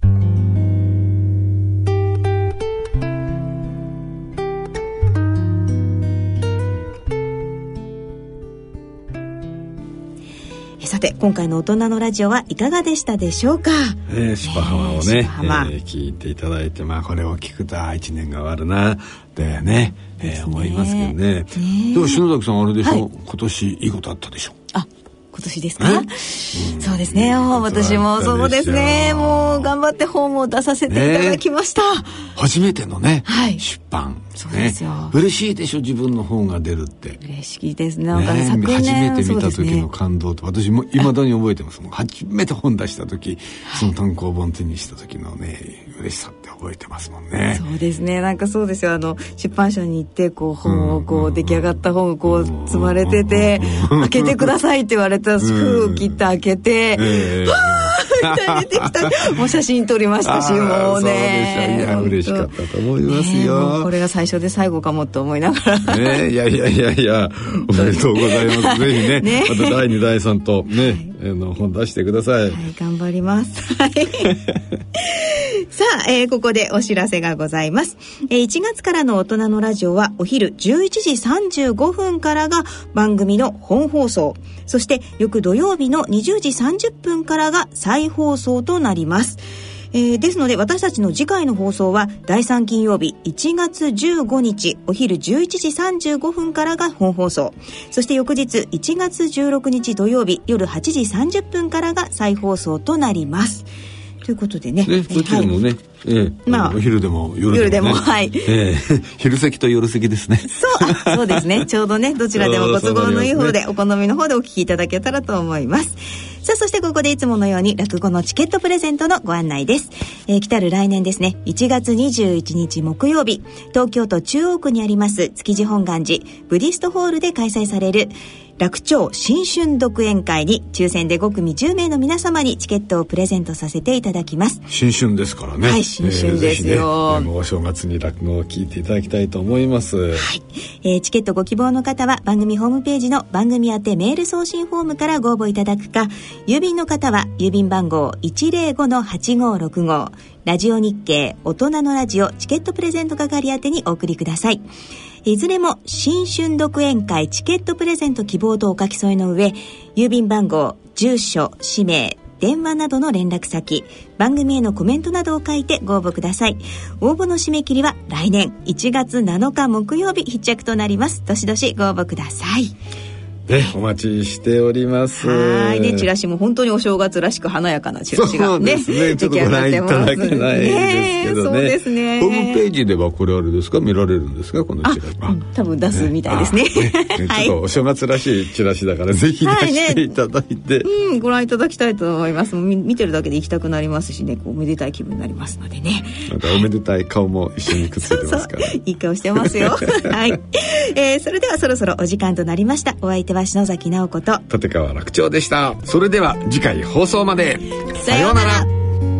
さて今回の大人のラジオはいかがでしたでしょうか。 えー、シュパハマをね、えー、聞いていただいて、まあこれを聞くといちねんが終わるなってね、えー、思いますけどね。でも篠崎さんあれでしょ、はい、今年いいことあったでしょ。 あ、今年ですか、うん、そうですね。私もそうですね。もう頑張って本を出させていただきました、ね、 初めてのね、はい、出版。 そうですよ、 ね、嬉しいでしょ、自分の本が出るって。 嬉しいですね。なんかね、昨年初めて見た時の感動と、私も未だに覚えてます。もう初めて本出した時、その単行本手にした時のね、嬉しさって覚えてますもんね。 そうですね。なんかそうですよ。あの出版社に行ってこう本をこう出来上がった本をこう積まれてて、開けてくださいって言われた封を切って開けて、えー、わーって出てきた。もう写真撮りましたし、もうね。 いや嬉しかったと思いますよ。 ね、これが最初で最後かもと思いながら。 ね、いやいやいやいや、おめでとうございます。ぜひね、ね、まただいにだいさんとね、はい、あの本出してください。 はい、頑張ります。はい。さあ、えー、ここでお知らせがございます。えー、いちがつからの大人のラジオはお昼じゅういちじさんじゅうごふんからが番組の本放送。そして翌土曜日のにじゅうじさんじゅっぷんからが再放送となります。えー、ですので私たちの次回の放送はだいさん金曜日いちがつじゅうごにちお昼じゅういちじさんじゅうごふんからが本放送。そして翌日いちがつじゅうろくにち土曜日夜はちじさんじゅっぷんからが再放送となります。ということでね、 ね、どちらもね、はい、えー、まあ、お昼でも夜でも、ね、夜でも、 はい、 えー、昼席と夜席ですね。 そう、そうですね。ちょうどね、どちらでもご都合のいい方で、お好みの方でお聞きいただけたらと思います。さあ、そしてここでいつものように落語のチケットプレゼントのご案内です。えー、来たる来年ですね、いちがつにじゅういちにち木曜日、東京都中央区にあります築地本願寺ブディストホールで開催される楽町新春独演会に抽選でごくみじゅうめいの皆様にチケットをプレゼントさせていただきます。 新春ですからね。 はい、新春ですよ。 えーね、お正月に落語を聞いていただきたいと思います。はい、 えー、チケットご希望の方は番組ホームページの番組宛てメール送信フォームからご応募いただくか、郵便の方は郵便番号 いちぜろごのはちごろくご ラジオ日経大人のラジオチケットプレゼント係宛てにお送りください。いずれも新春独演会チケットプレゼント希望とお書き添えの上、郵便番号、住所、氏名、電話などの連絡先、番組へのコメントなどを書いてご応募ください。応募の締め切りは来年いちがつなのか木曜日必着となります。どしどしご応募ください。 ね、お待ちしております。 はいね、チラシも本当にお正月らしく華やかなチラシがね、 そうですね、ちょっとご覧いただけないですけどね。 そうですね。 ホームページではこれあれですか、見られるんですか、このチラシ。 うん、多分出すみたいですね。 ねねはい、ちょっとお正月らしいチラシだからぜひ出していただいて、はいね、 うん、ご覧いただきたいと思います。見, 見てるだけで行きたくなりますしね、こうおめでたい気分になりますのでね。 なんかおめでたい顔も一緒にくっついてますから。 そうそう、いい顔してますよ。はい、えー。それではそろそろお時間となりました。お相手は篠崎直子と立川楽長でした。それでは次回放送まで。 さようなら。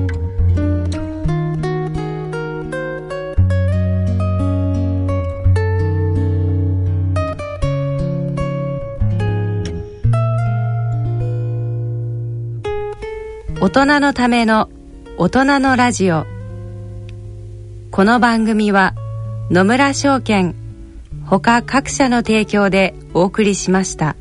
大人のための大人のラジオ。この番組は野村証券ほか各社の提供でお送りしました。